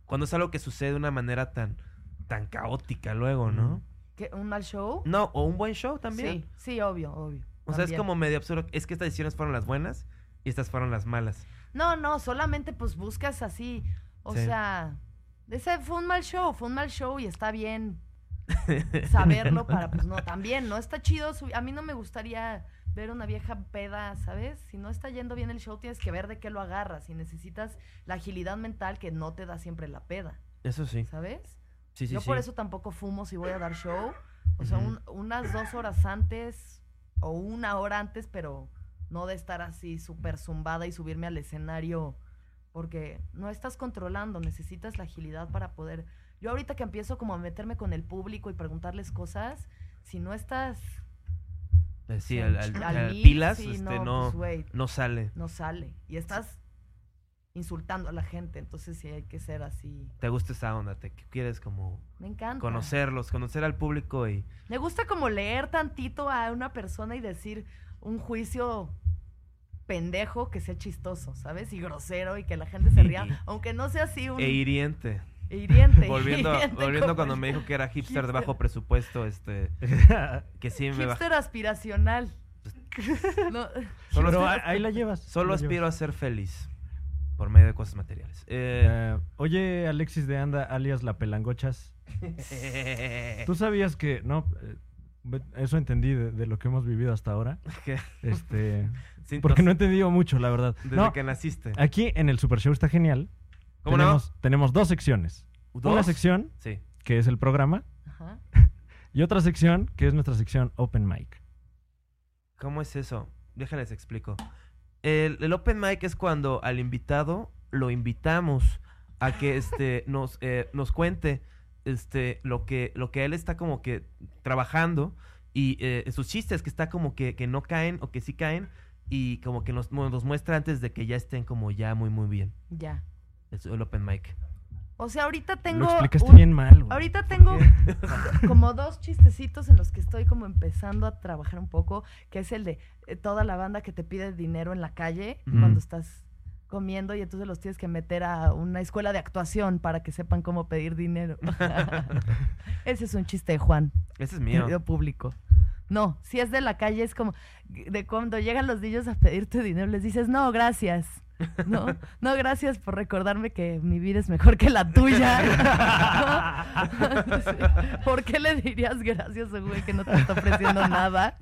cuando es algo que sucede de una manera tan, tan caótica luego, ¿no? ¿Qué, ¿Un mal show? No, o un buen show también. Sí, sí, obvio, obvio. O sea, es también. como medio absurdo. Es que estas decisiones fueron las buenas y estas fueron las malas. No, no, solamente pues buscas así, o Sí. sea, ese fue un mal show, fue un mal show y está bien saberlo para, pues no, también, no está chido, sub- a mí no me gustaría ver una vieja peda, ¿sabes? Si no está yendo bien el show, tienes que ver de qué lo agarras y necesitas la agilidad mental que no te da siempre la peda, Eso sí. ¿sabes? Sí, sí, Yo sí. por eso tampoco fumo si voy a dar show, o sea, Ujú. un- unas dos horas antes o una hora antes, pero no de estar así súper zumbada y subirme al escenario, porque no estás controlando, necesitas la agilidad para poder... Yo ahorita que empiezo como a meterme con el público y preguntarles cosas, si no estás Eh, sí, sí, al, al- al al mil, pilas, sí, este, no, no, pues, güey, no sale. no sale. Y estás insultando a la gente, entonces sí hay que ser así. Te gusta esa onda, te quieres como Me encanta. conocerlos, conocer al público y... Me gusta como leer tantito a una persona y decir un juicio pendejo que sea chistoso, ¿sabes? Y grosero y que la gente se ría, Y- aunque no sea así un E hiriente. hiriente. Volviendo, hiriente volviendo como cuando el me dijo que era hipster de hipster. bajo presupuesto, este... Que sí me bajó. hipster aspiracional. No, Solo, Pero aspiro- ahí, ahí la llevas. solo la aspiro llevas. a ser feliz. Por medio de cosas materiales. Eh, Eh, oye, Alexis de Anda, alias La Pelangochas. ¿Tú sabías que... No, eh, ve- eso entendí de, de lo que hemos vivido hasta ahora. ¿Qué? Este... Sí, Porque no he nos- entendido mucho, la verdad. Desde No, que naciste. aquí en el Super Show está genial. ¿Cómo tenemos, tenemos dos secciones. no? Una ¿Dos? sección, Sí. que es el programa, Ajá. y otra sección, que es nuestra sección Open Mic. ¿Cómo es eso? Déjales explico. El, el open mic es cuando al invitado lo invitamos a que este nos, eh, nos cuente este lo que lo que él está como que trabajando y eh, sus chistes que está como que, que no caen o que sí caen y como que nos, nos muestra antes de que ya estén como ya muy muy bien. Ya. Es el open mic. O sea, ahorita Lo tengo explicaste un- bien mal, güey. Ahorita tengo como dos chistecitos en los que estoy como empezando a trabajar un poco, que es el de eh, toda la banda que te pide dinero en la calle Ujú. cuando estás comiendo y entonces los tienes que meter a una escuela de actuación para que sepan cómo pedir dinero. Ese es un chiste de Juan, Ese es mío. querido público. No, si es de la calle es como de cuando llegan los niños a pedirte dinero, les dices, no, gracias. No, no, gracias por recordarme que mi vida es mejor que la tuya. ¿No? Sí. ¿Por qué le dirías gracias a un güey que no te está ofreciendo nada?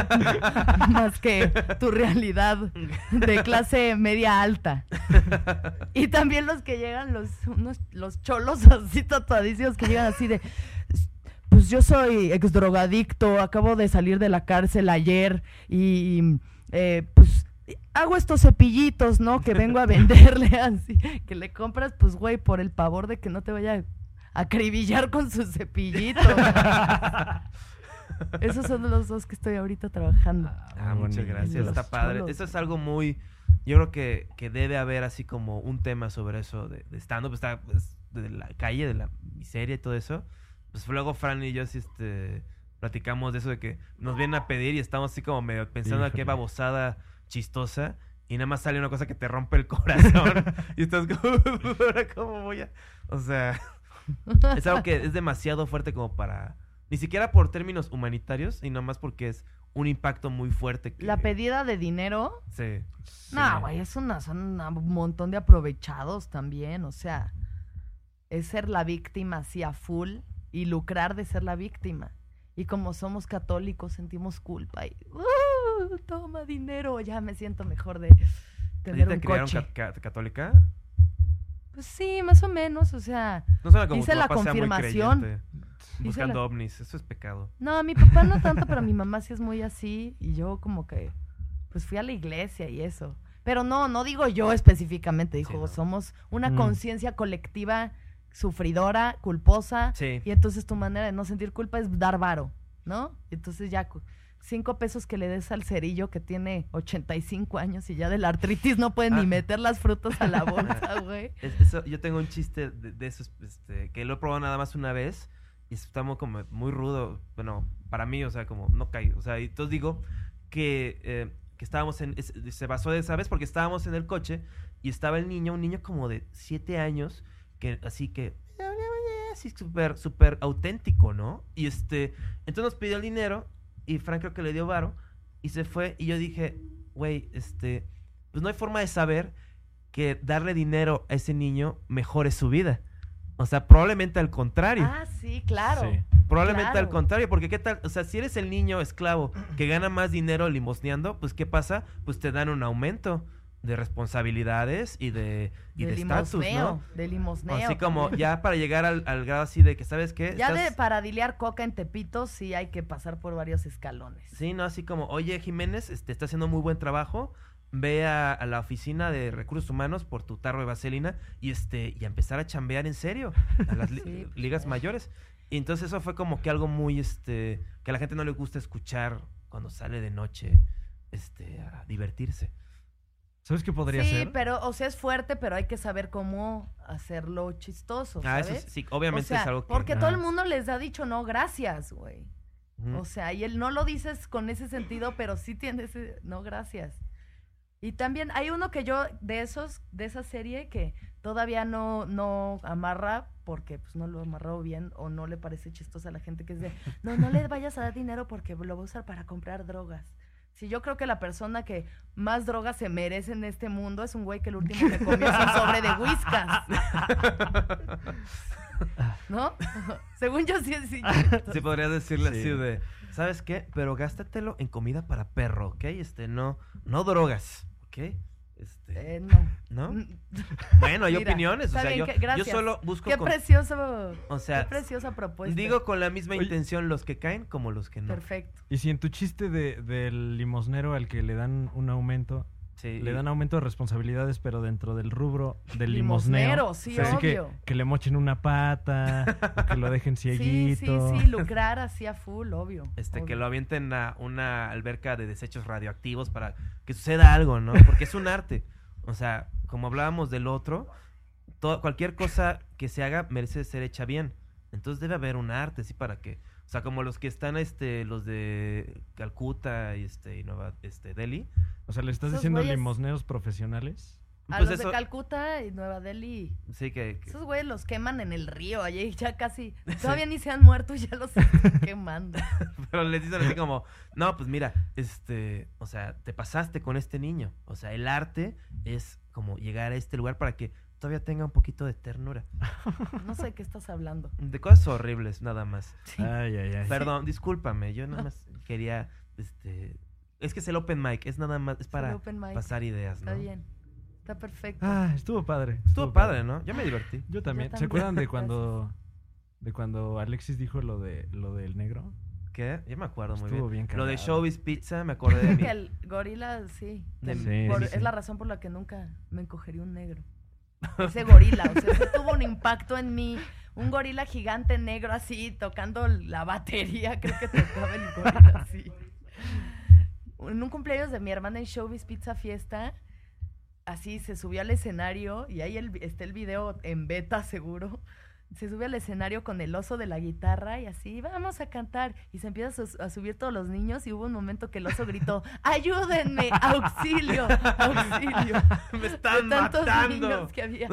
Más que tu realidad de clase media alta. Y también los que llegan, los, unos, los cholos así tatuadísimos que llegan así de... Pues yo soy ex drogadicto, acabo de salir de la cárcel ayer y eh, pues hago estos cepillitos, ¿no? Que vengo a venderle así, que le compras, pues güey, por el pavor de que no te vaya a acribillar con su cepillito. Esos son los dos que estoy ahorita trabajando. Ah, Muy muchas bonito. gracias, Los está padre. cholos. Eso es algo muy... Yo creo que, que debe haber así como un tema sobre eso de, de stand-up, está pues, de la calle, de la miseria y todo eso. Pues luego Fran y yo así, este, platicamos de eso de que nos vienen a pedir y estamos así como medio pensando a qué Híjole. babosada chistosa y nada más sale una cosa que te rompe el corazón y estás como, ¿ahora cómo voy a...? O sea, es algo que es demasiado fuerte como para... Ni siquiera por términos humanitarios, sino más porque es un impacto muy fuerte. Que, La pedida de dinero, Sí. no, güey, es una, son una- un montón de aprovechados también, o sea, es ser la víctima así a full y lucrar de ser la víctima. Y como somos católicos sentimos culpa y ¡uh! Toma dinero, ya me siento mejor de ¿A ti tener te un criaron coche. ca- ca- católica? Pues sí, más o menos, o sea, No suena como Hice tu la papá sea muy confirmación. creyente. Hice Buscando la- ovnis, eso es pecado. no, mi papá no tanto, pero mi mamá sí es muy así y yo como que pues fui a la iglesia y eso. Pero no, no digo yo específicamente, dijo, Sí, no. somos una Mm. conciencia colectiva sufridora, culposa, Sí. y entonces tu manera de no sentir culpa es dar varo, ¿no? Y entonces ya cu- cinco pesos que le des al cerillo que tiene ochenta y cinco años y ya de la artritis no puede Ah. ni meter las frutas a la bolsa, güey. Es- eso- yo tengo un chiste de, de esos, este, que lo he probado nada más una vez y está muy, como muy rudo, bueno, para mí, o sea, como no cae, o sea, y entonces digo que, eh, que estábamos en, es- se basó de esa vez porque estábamos en el coche y estaba el niño, un niño como de siete años, que así que, así súper, súper auténtico, ¿no? Y este, entonces nos pidió el dinero y Frank creo que le dio varo y se fue y yo dije, güey, este, pues no hay forma de saber que darle dinero a ese niño mejore su vida. O sea, probablemente al contrario. Ah, sí, claro. Sí. Probablemente claro. al contrario, porque qué tal, o sea, si eres el niño esclavo que gana más dinero limosneando, pues ¿qué pasa? Pues te dan un aumento de responsabilidades y de y De de estatus, limosneo, ¿no? de limosneo. Así como ya para llegar al, al grado así de que, ¿sabes qué? Ya Estás- de para dilear coca en Tepito sí hay que pasar por varios escalones. Sí, no, así como, oye, Jiménez, este, está haciendo muy buen trabajo, ve a, a la oficina de recursos humanos por tu tarro de vaselina y este y a empezar a chambear en serio a las li- Sí, ligas pues. mayores. Y entonces eso fue como que algo muy, este, que a la gente no le gusta escuchar cuando sale de noche, este, a divertirse. ¿Sabes qué podría Sí, ser? pero, o sea, es fuerte, pero hay que saber cómo hacerlo chistoso, Ah, ¿sabes? eso sí, obviamente O sea, es algo que... porque Ajá. todo el mundo les ha dicho no, gracias, güey. Ujú. O sea, y él no lo dices con ese sentido, pero sí tiene ese no, gracias. Y también hay uno que yo, de esos, de esa serie, que todavía no, no amarra, porque pues no lo amarró bien, o no le parece chistoso a la gente, que es de, no, no le vayas a dar dinero porque lo va a usar para comprar drogas. Sí, yo creo que la persona que más drogas se merece en este mundo es un güey que el último que comió es un sobre de whiskas. ¿No? Según yo sí es sí. Sí, podrías decirle Sí. así de, ¿sabes qué? Pero gástatelo en comida para perro, ¿ok? Este, no, no drogas, ¿ok? Este, Eh, no. ¿no? Mm, Bueno, hay Mira, opiniones, o está sea, bien, yo, que- yo gracias. solo busco... Qué con- precioso, o sea, qué preciosa propuesta. digo con la misma Oye. intención los que caen como los que no. Perfecto. Y si en tu chiste de, del limosnero al que le dan un aumento, Sí, le y- dan aumento de responsabilidades, pero dentro del rubro del limosneo. Limosnero, sí, Así que, obvio. que le mochen una pata, o que lo dejen Sí, cieguito. sí, sí, lucrar así a full, obvio. Este, que obvio. lo avienten a una alberca de desechos radioactivos para que suceda algo, ¿no? Porque es un arte. O sea, como hablábamos del otro, to- cualquier cosa que se haga merece ser hecha bien. Entonces debe haber un arte, sí, para que... O sea, como los que están, este, los de Calcuta y este, y Nueva, este, Delhi. O sea, ¿le estás Esos diciendo güeyes- limosneros profesionales? A Pues los eso- de Calcuta y Nueva Delhi. Sí, que... que- Esos güeyes los queman en el río, allí ya casi, todavía ni se han muerto y ya los están quemando. Pero les dicen así como, no, pues mira, este, o sea, te pasaste con este niño. O sea, el arte es como llegar a este lugar para que todavía tenga un poquito de ternura. No sé qué estás hablando. De cosas horribles, nada más. Sí. Ay, ay, ay. Perdón, discúlpame, yo nada más quería, este, es que es el open mic, es nada más, es para open mic. pasar ideas, ¿no? Está bien, está perfecto. Ah, estuvo padre. Estuvo padre, ¿no? Yo me divertí. Yo también. Yo ¿Se acuerdan de también, cuando de cuando Alexis dijo lo de lo del negro? ¿Qué? Yo me acuerdo muy Estuvo bien. bien Lo de cagado. Showbiz Pizza, me acordé de Creo mí. que el gorila, sí. De- Sí, por- sí, sí. Es la razón por la que nunca me encogería un negro. Ese gorila, o sea, ese tuvo un impacto en mí. Un gorila gigante negro así, tocando la batería, creo que tocaba el gorila así. En un cumpleaños de mi hermana en Showbiz Pizza Fiesta, así se subió al escenario, y ahí el, está el video en beta seguro. Se sube al escenario con el oso de la guitarra y así, vamos a cantar. Y se empiezan a, su- a subir todos los niños y hubo un momento que el oso gritó, ¡ayúdenme! ¡Auxilio! ¡Auxilio! Me están De tantos matando. niños que había.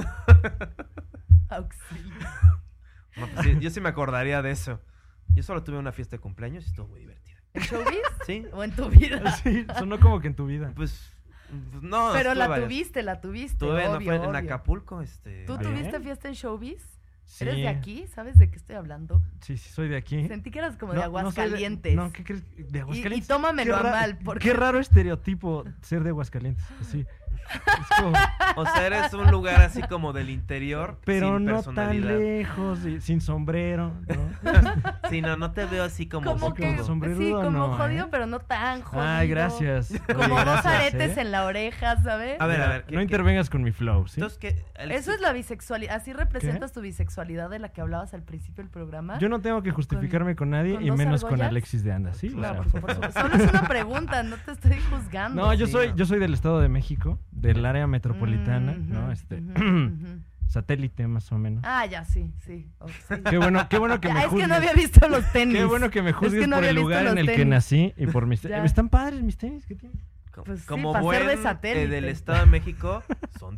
¡Auxilio! No, pues sí, yo sí me acordaría de eso. Yo solo tuve una fiesta de cumpleaños y estuvo muy divertida. ¿En Showbiz? ¿Sí? ¿O en tu vida? Sí, sonó como que en tu vida. Pues, pues no. Pero estuve la varias. tuviste, la tuviste, Tuve, no obvio, fue en obvio. Acapulco, este... ¿Tú Bien. tuviste fiesta en Showbiz? Sí. ¿Eres de aquí? ¿Sabes de qué estoy hablando? Sí, sí, soy de aquí. Sentí que eras como No, de no soy Aguascalientes. No, ¿qué crees? De Aguascalientes. y tómamelo Qué a ra- mal, porque- Qué raro estereotipo ser de Aguascalientes. Sí. Es como- O sea, eres un lugar así como del interior, pero sin no tan personalidad. lejos, y sin sombrero, ¿no? Sí, no, no te veo así como... Como como que, sombrerudo, sí, como no, jodido, ¿eh? pero no tan jodido. Ay, gracias. Oye, Como dos gracias, aretes ¿eh? en la oreja, ¿sabes? A ver, a Mira, ver. ¿qué- no qué- intervengas con mi flow, ¿sí? Entonces, ¿qué? Alex- Eso es la bisexualidad. Así representas tu bisexualidad de la que hablabas al principio del programa. Yo no tengo que justificarme con, nadie con y dos menos con argollas? Alexis de Anda, ¿sí? O Claro, sea, por por supuesto. favor. Solo es una pregunta, no te estoy juzgando. No, yo Sí, soy, no. yo soy del Estado de México, del área metropolitana, Mm, ¿no? ujú, Este ujú, ujú. satélite más o menos. Ah, ya, sí, sí. Oh, sí. Qué bueno, qué bueno que Ya, me es que juzgues. no había visto los tenis. Qué bueno que me juzgues que no por había el visto lugar en los el que tenis. nací y por mis tenis. Ya. Están padres mis tenis, ¿qué tienen? co- Pues sí, como pa' ser buen de eh, satélite. del Estado de México, son de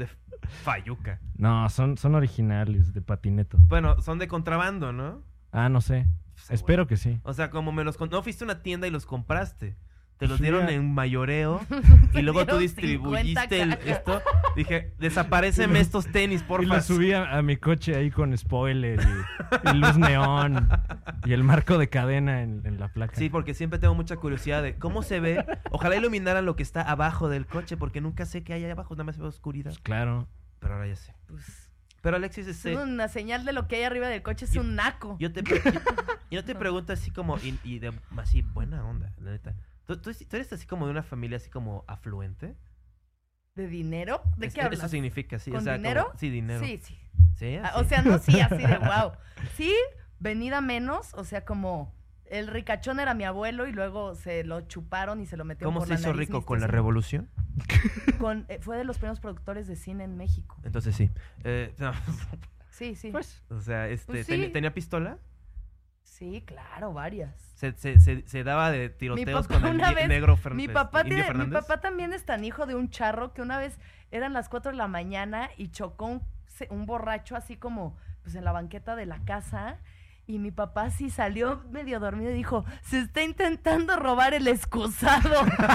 Fayuca. No, son, son originales de Patineto. Bueno, son de contrabando, ¿no? Ah, no sé. Seguro. Espero que sí. O sea, como me los... con- No, fuiste a una tienda y los compraste. Te los Fui dieron a- en mayoreo Te y luego tú dieron distribuiste el- cincuenta esto. Dije, desaparéceme estos tenis, Y porfa. lo subí a, a mi coche ahí con spoiler y, y luz neón y el marco de cadena en, en la placa. Sí, porque siempre tengo mucha curiosidad de cómo se ve. Ojalá iluminaran lo que está abajo del coche, porque nunca sé qué hay ahí abajo, nada más veo oscuridad. Claro. Pero ahora ya sé. Pues, Pero Alexis, es este, una señal de lo que hay arriba del coche, es Yo- un naco. yo te, pre- yo, yo te pregunto así como, y, y de así, buena onda, la neta. ¿Tú, tú, tú eres así como de una familia así como afluente? ¿De dinero? ¿De Es- qué hablas? Eso significa, sí. ¿Con o sea, como- dinero? sí, dinero. Sí, sí. ¿Sí? Ah, así. O sea, no sí, así de wow. Sí, venida menos, o sea, como el ricachón era mi abuelo y luego se lo chuparon y se lo metieron ¿Cómo por se la hizo nariz rico? mis ¿Con la tíos. revolución? Con, eh, fue de los primeros productores de cine en México. Entonces sí. Eh, no, Sí, sí. Pues, o sea, este, Pues ¿ten- sí. ¿tenía pistola? Sí, claro, varias. Se, se, se, se daba de tiroteos papá con el una ni- vez- negro Fer- Mi este, papá, Indio tiene, mi Fernández. papá también es tan hijo de un charro que una vez eran las cuatro de la mañana y chocó un, se- un borracho así como pues en la banqueta de la casa y mi papá sí salió medio dormido y dijo, se está intentando robar el excusado.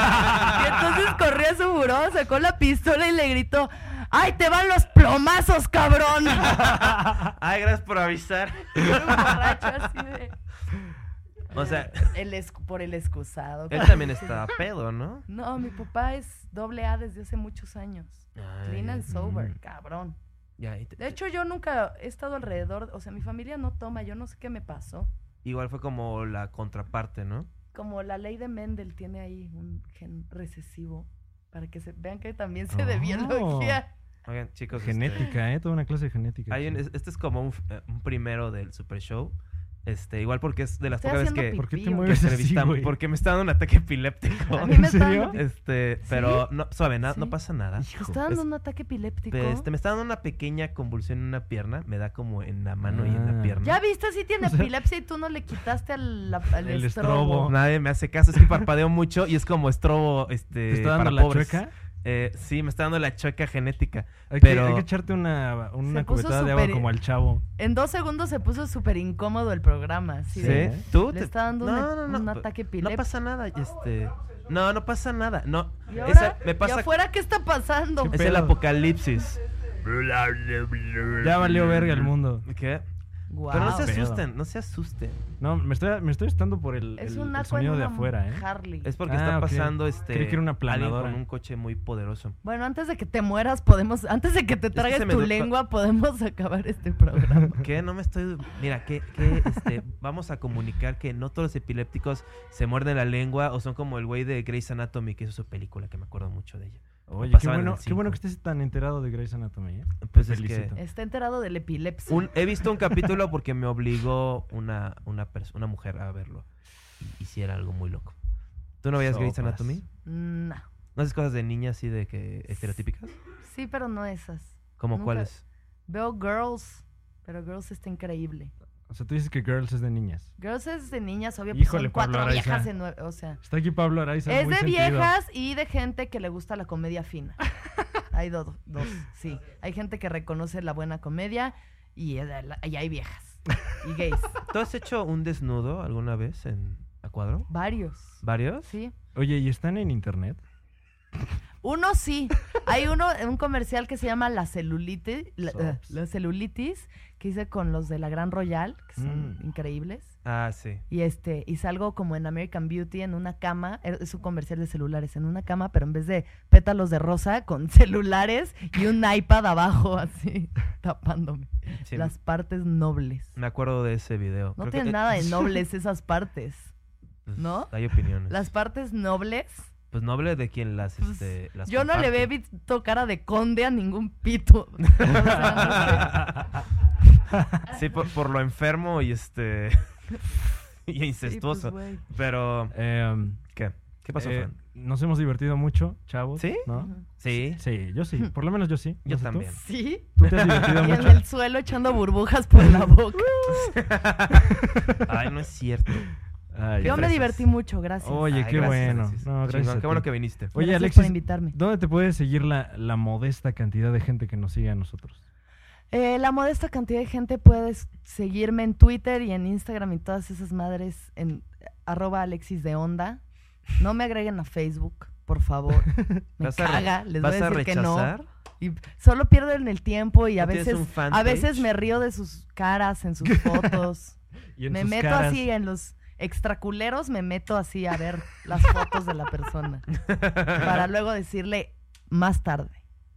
Y entonces corrió a su buró, sacó la pistola y le gritó, ¡ay, te van los plomazos, cabrón! Ay, gracias por avisar. Era un borracho así de... O sea, El escu- por el excusado. él también estaba pedo, ¿no? No, mi papá es doble A desde hace muchos años. Ay, Clean and mm. sober, cabrón. ya, y te- De hecho, yo nunca he estado alrededor, o sea, mi familia no toma, yo no sé qué me pasó. igual fue como la contraparte, ¿no? Como la ley de Mendel tiene ahí un gen recesivo, para que se vean que también sé de biología. Oigan, chicos. este, genética, ¿eh? Toda una clase de genética. hay un- aquí. es- este es como un, f- eh, un primero del Super Show. Este, igual porque es de las Estoy pocas veces haciendo que, ¿Por qué pipí, te ¿o qué? mueves que así, entrevistamos. güey? Porque me está dando un ataque epiléptico. A mí me ¿En está serio? dando, Este, ¿Sí? pero no, suave, na- no ¿Sí? pasa nada. ¿te está dando Es- un ataque epiléptico? Este, me está dando una pequeña convulsión en una pierna, me da como en la mano y en la Ah. pierna. ¿Ya viste si tiene O sea- epilepsia y tú no le quitaste al, al El estrobo? estrobo. Nadie me hace caso, es que parpadeo mucho y es como estrobo, este, ¿Te está dando para la pobres. chueca? Eh, sí, me está dando la chueca genética. Hay, pero- que, hay que echarte una, una Se puso cubetada de agua súper- como al chavo. En dos segundos se puso súper incómodo el programa. ¿Sí? ¿Sí? de- ¿Tú? Le te- está dando un- un ataque No epiléptico. pasa nada, este... No, no pasa nada, no. ¿Y Esa- ahora? me ¿Y pasa... afuera qué está pasando? ¿Qué Es el pedo? apocalipsis. Ya valió verga el mundo. ¿Qué? Guau. Pero no se Pedo. asusten, no se asusten. No, me estoy, me estoy asustando por el, Es el- un el naco en sonido de una afuera, ¿eh? Harley. Es porque Ah, está ok. pasando este Creí que era una alguien planadora. con un coche muy poderoso. Bueno, antes de que te mueras, podemos... Antes de que te que tragues se me tu du- lengua, podemos acabar este programa. ¿Qué? No me estoy... Mira, que, que este, vamos a comunicar que no todos los epilépticos se muerden la lengua o son como el güey de Grey's Anatomy, que hizo su película, que me acuerdo mucho de ella. Oye, qué pasaban en bueno, el qué bueno que cinco. estés tan enterado de Grey's Anatomy, ¿eh? Pues Te es que- felicito. Está enterado del epilepsia. Un- he visto un capítulo porque me obligó una, una, pers- una mujer a verlo. Y hiciera algo muy loco. ¿Tú no veías Grey's Sopas. Anatomy? No. ¿No haces cosas de niña así de que estereotípicas? Sí, pero no esas. ¿Cómo Nunca- cuáles? Veo Girls, pero Girls está increíble. O sea, tú dices que Girls es de niñas. Girls es de niñas, obvio, pues Híjole, son cuatro Pablo Araiza. viejas en nue- o sea... Está aquí Pablo Araiza. Es muy de sentido. viejas y de gente que le gusta la comedia fina. Hay do- dos, sí. Hay gente que reconoce la buena comedia y, es de la- y hay viejas. Y gays. ¿Tú has hecho un desnudo alguna vez en a cuadro? Varios. ¿Varios? Sí. Oye, ¿y están en internet? Uno sí. Hay uno, un comercial que se llama La Celulitis, la, Sops. eh, la celulitis, que hice con los de la Gran Royal, que son Mm. increíbles. Ah, sí. Y este, y salgo como en American Beauty en una cama, es es un comercial de celulares, en una cama, pero en vez de pétalos de rosa, con celulares y un iPad abajo, así, tapándome. Sí, Las partes nobles. me acuerdo de ese video. No Creo que- tienen nada de nobles esas partes. pues, ¿no? Hay opiniones. Las partes nobles. Pues no hable de quien las, Pues, este, las yo no le comparte. he visto cara de conde a ningún pito. O sea, Sí, por, por lo enfermo y este... y no sé. Sí, pues, incestuoso. güey. Pero... Em, ¿Qué? ¿Qué pasó, eh, Fran? nos hemos divertido mucho, chavos. ¿Sí? ¿No? Ujú. Sí. Sí, yo sí. Por lo menos yo sí. Yo No sé tú. también. Sí. ¿Tú te has divertido Y en mucho? el suelo echando burbujas por la boca. Ay, no es cierto. Ay, Yo me fresas. divertí mucho, gracias. Oye, Ay, qué gracias, bueno. Alexis. No, gracias Chingón, a qué bueno ti. que viniste. Oye, Gracias Alexis, por invitarme. ¿dónde te puede seguir la, la modesta cantidad de gente que nos sigue a nosotros? Eh, la modesta cantidad de gente puedes seguirme en Twitter y en Instagram y todas esas madres en arroba Alexis de Onda. No me agreguen a Facebook, por favor. Me ¿Vas a re- caga, les voy ¿Vas a a decir que no. rechazar? Y solo pierden el tiempo y a ¿No tienes veces un fanpage? a veces me río de sus caras en sus fotos. Y en me sus meto caras. así en los extraculeros, me meto así a ver las fotos de la persona para luego decirle más tarde.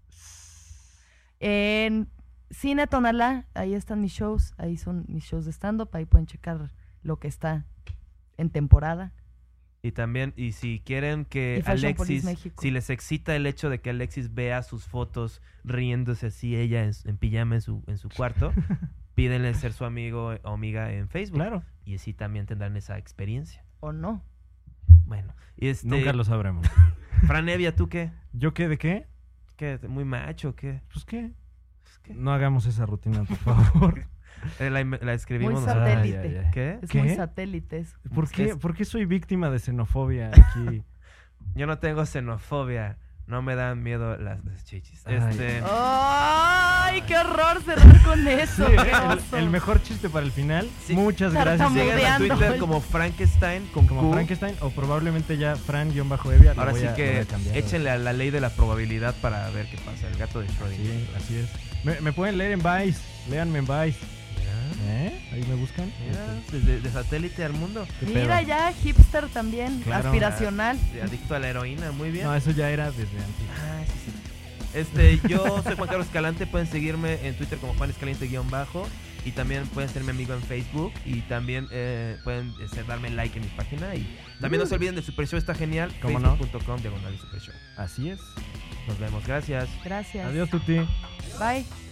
En Cine Tonalá, ahí están mis shows, ahí son mis shows de stand-up, ahí pueden checar lo que está en temporada. Y también, y si quieren que Y Fashion Police Alexis, México. si les excita el hecho de que Alexis vea sus fotos riéndose así ella en, en pijama en su, en su cuarto, pídenle ser su amigo o amiga en Facebook. Claro. Y así también tendrán esa experiencia. ¿O no? Bueno, y este... Nunca lo sabremos. Fran Evia, ¿tú qué? ¿Yo qué de qué? ¿Qué? ¿Muy macho o qué? Pues qué. Pues, ¿qué? No hagamos esa rutina, por favor. Eh, la, la escribimos Muy nosotros. satélite. Ay, ay, ay. ¿Qué? Es ¿Qué? muy satélite eso. ¿Por Es que qué, es- ¿Por qué soy víctima de xenofobia aquí? Yo no tengo xenofobia. No me dan miedo las, las chichis. Ay. Este... ¡Ay, qué horror cerrar con eso! Sí, ¡Qué el, oso! el mejor chiste para el final. Sí. Muchas gracias. Tartamudeando. Síganme en Twitter Rodeando. como Frankenstein con Como Q. Frankenstein o probablemente ya Fran-Evia. Ahora lo voy sí a- lo voy que a cambiar. échenle a la ley de la probabilidad para ver qué pasa. El gato de Schrödinger. Sí, así es. Me, me pueden leer en Vice. Léanme en Vice. Mira, ¿Eh? Ahí me buscan. mira, desde de satélite al mundo. ¿Qué Mira pedo? ya, hipster también, Claro. aspiracional. De adicto a la heroína, muy bien. No, eso ya era desde antes. Ah, sí, sí. Este, yo soy Juan Carlos Escalante, pueden seguirme en Twitter como Juan Escalante guión bajo y también pueden ser mi amigo en Facebook y también eh, pueden este, darme like en mi página y también no se olviden del Super Show, está genial, ¿Cómo no? facebook punto com diagonal Super Show. Así es. Nos vemos, gracias. Gracias. Adiós, Tuti. Bye.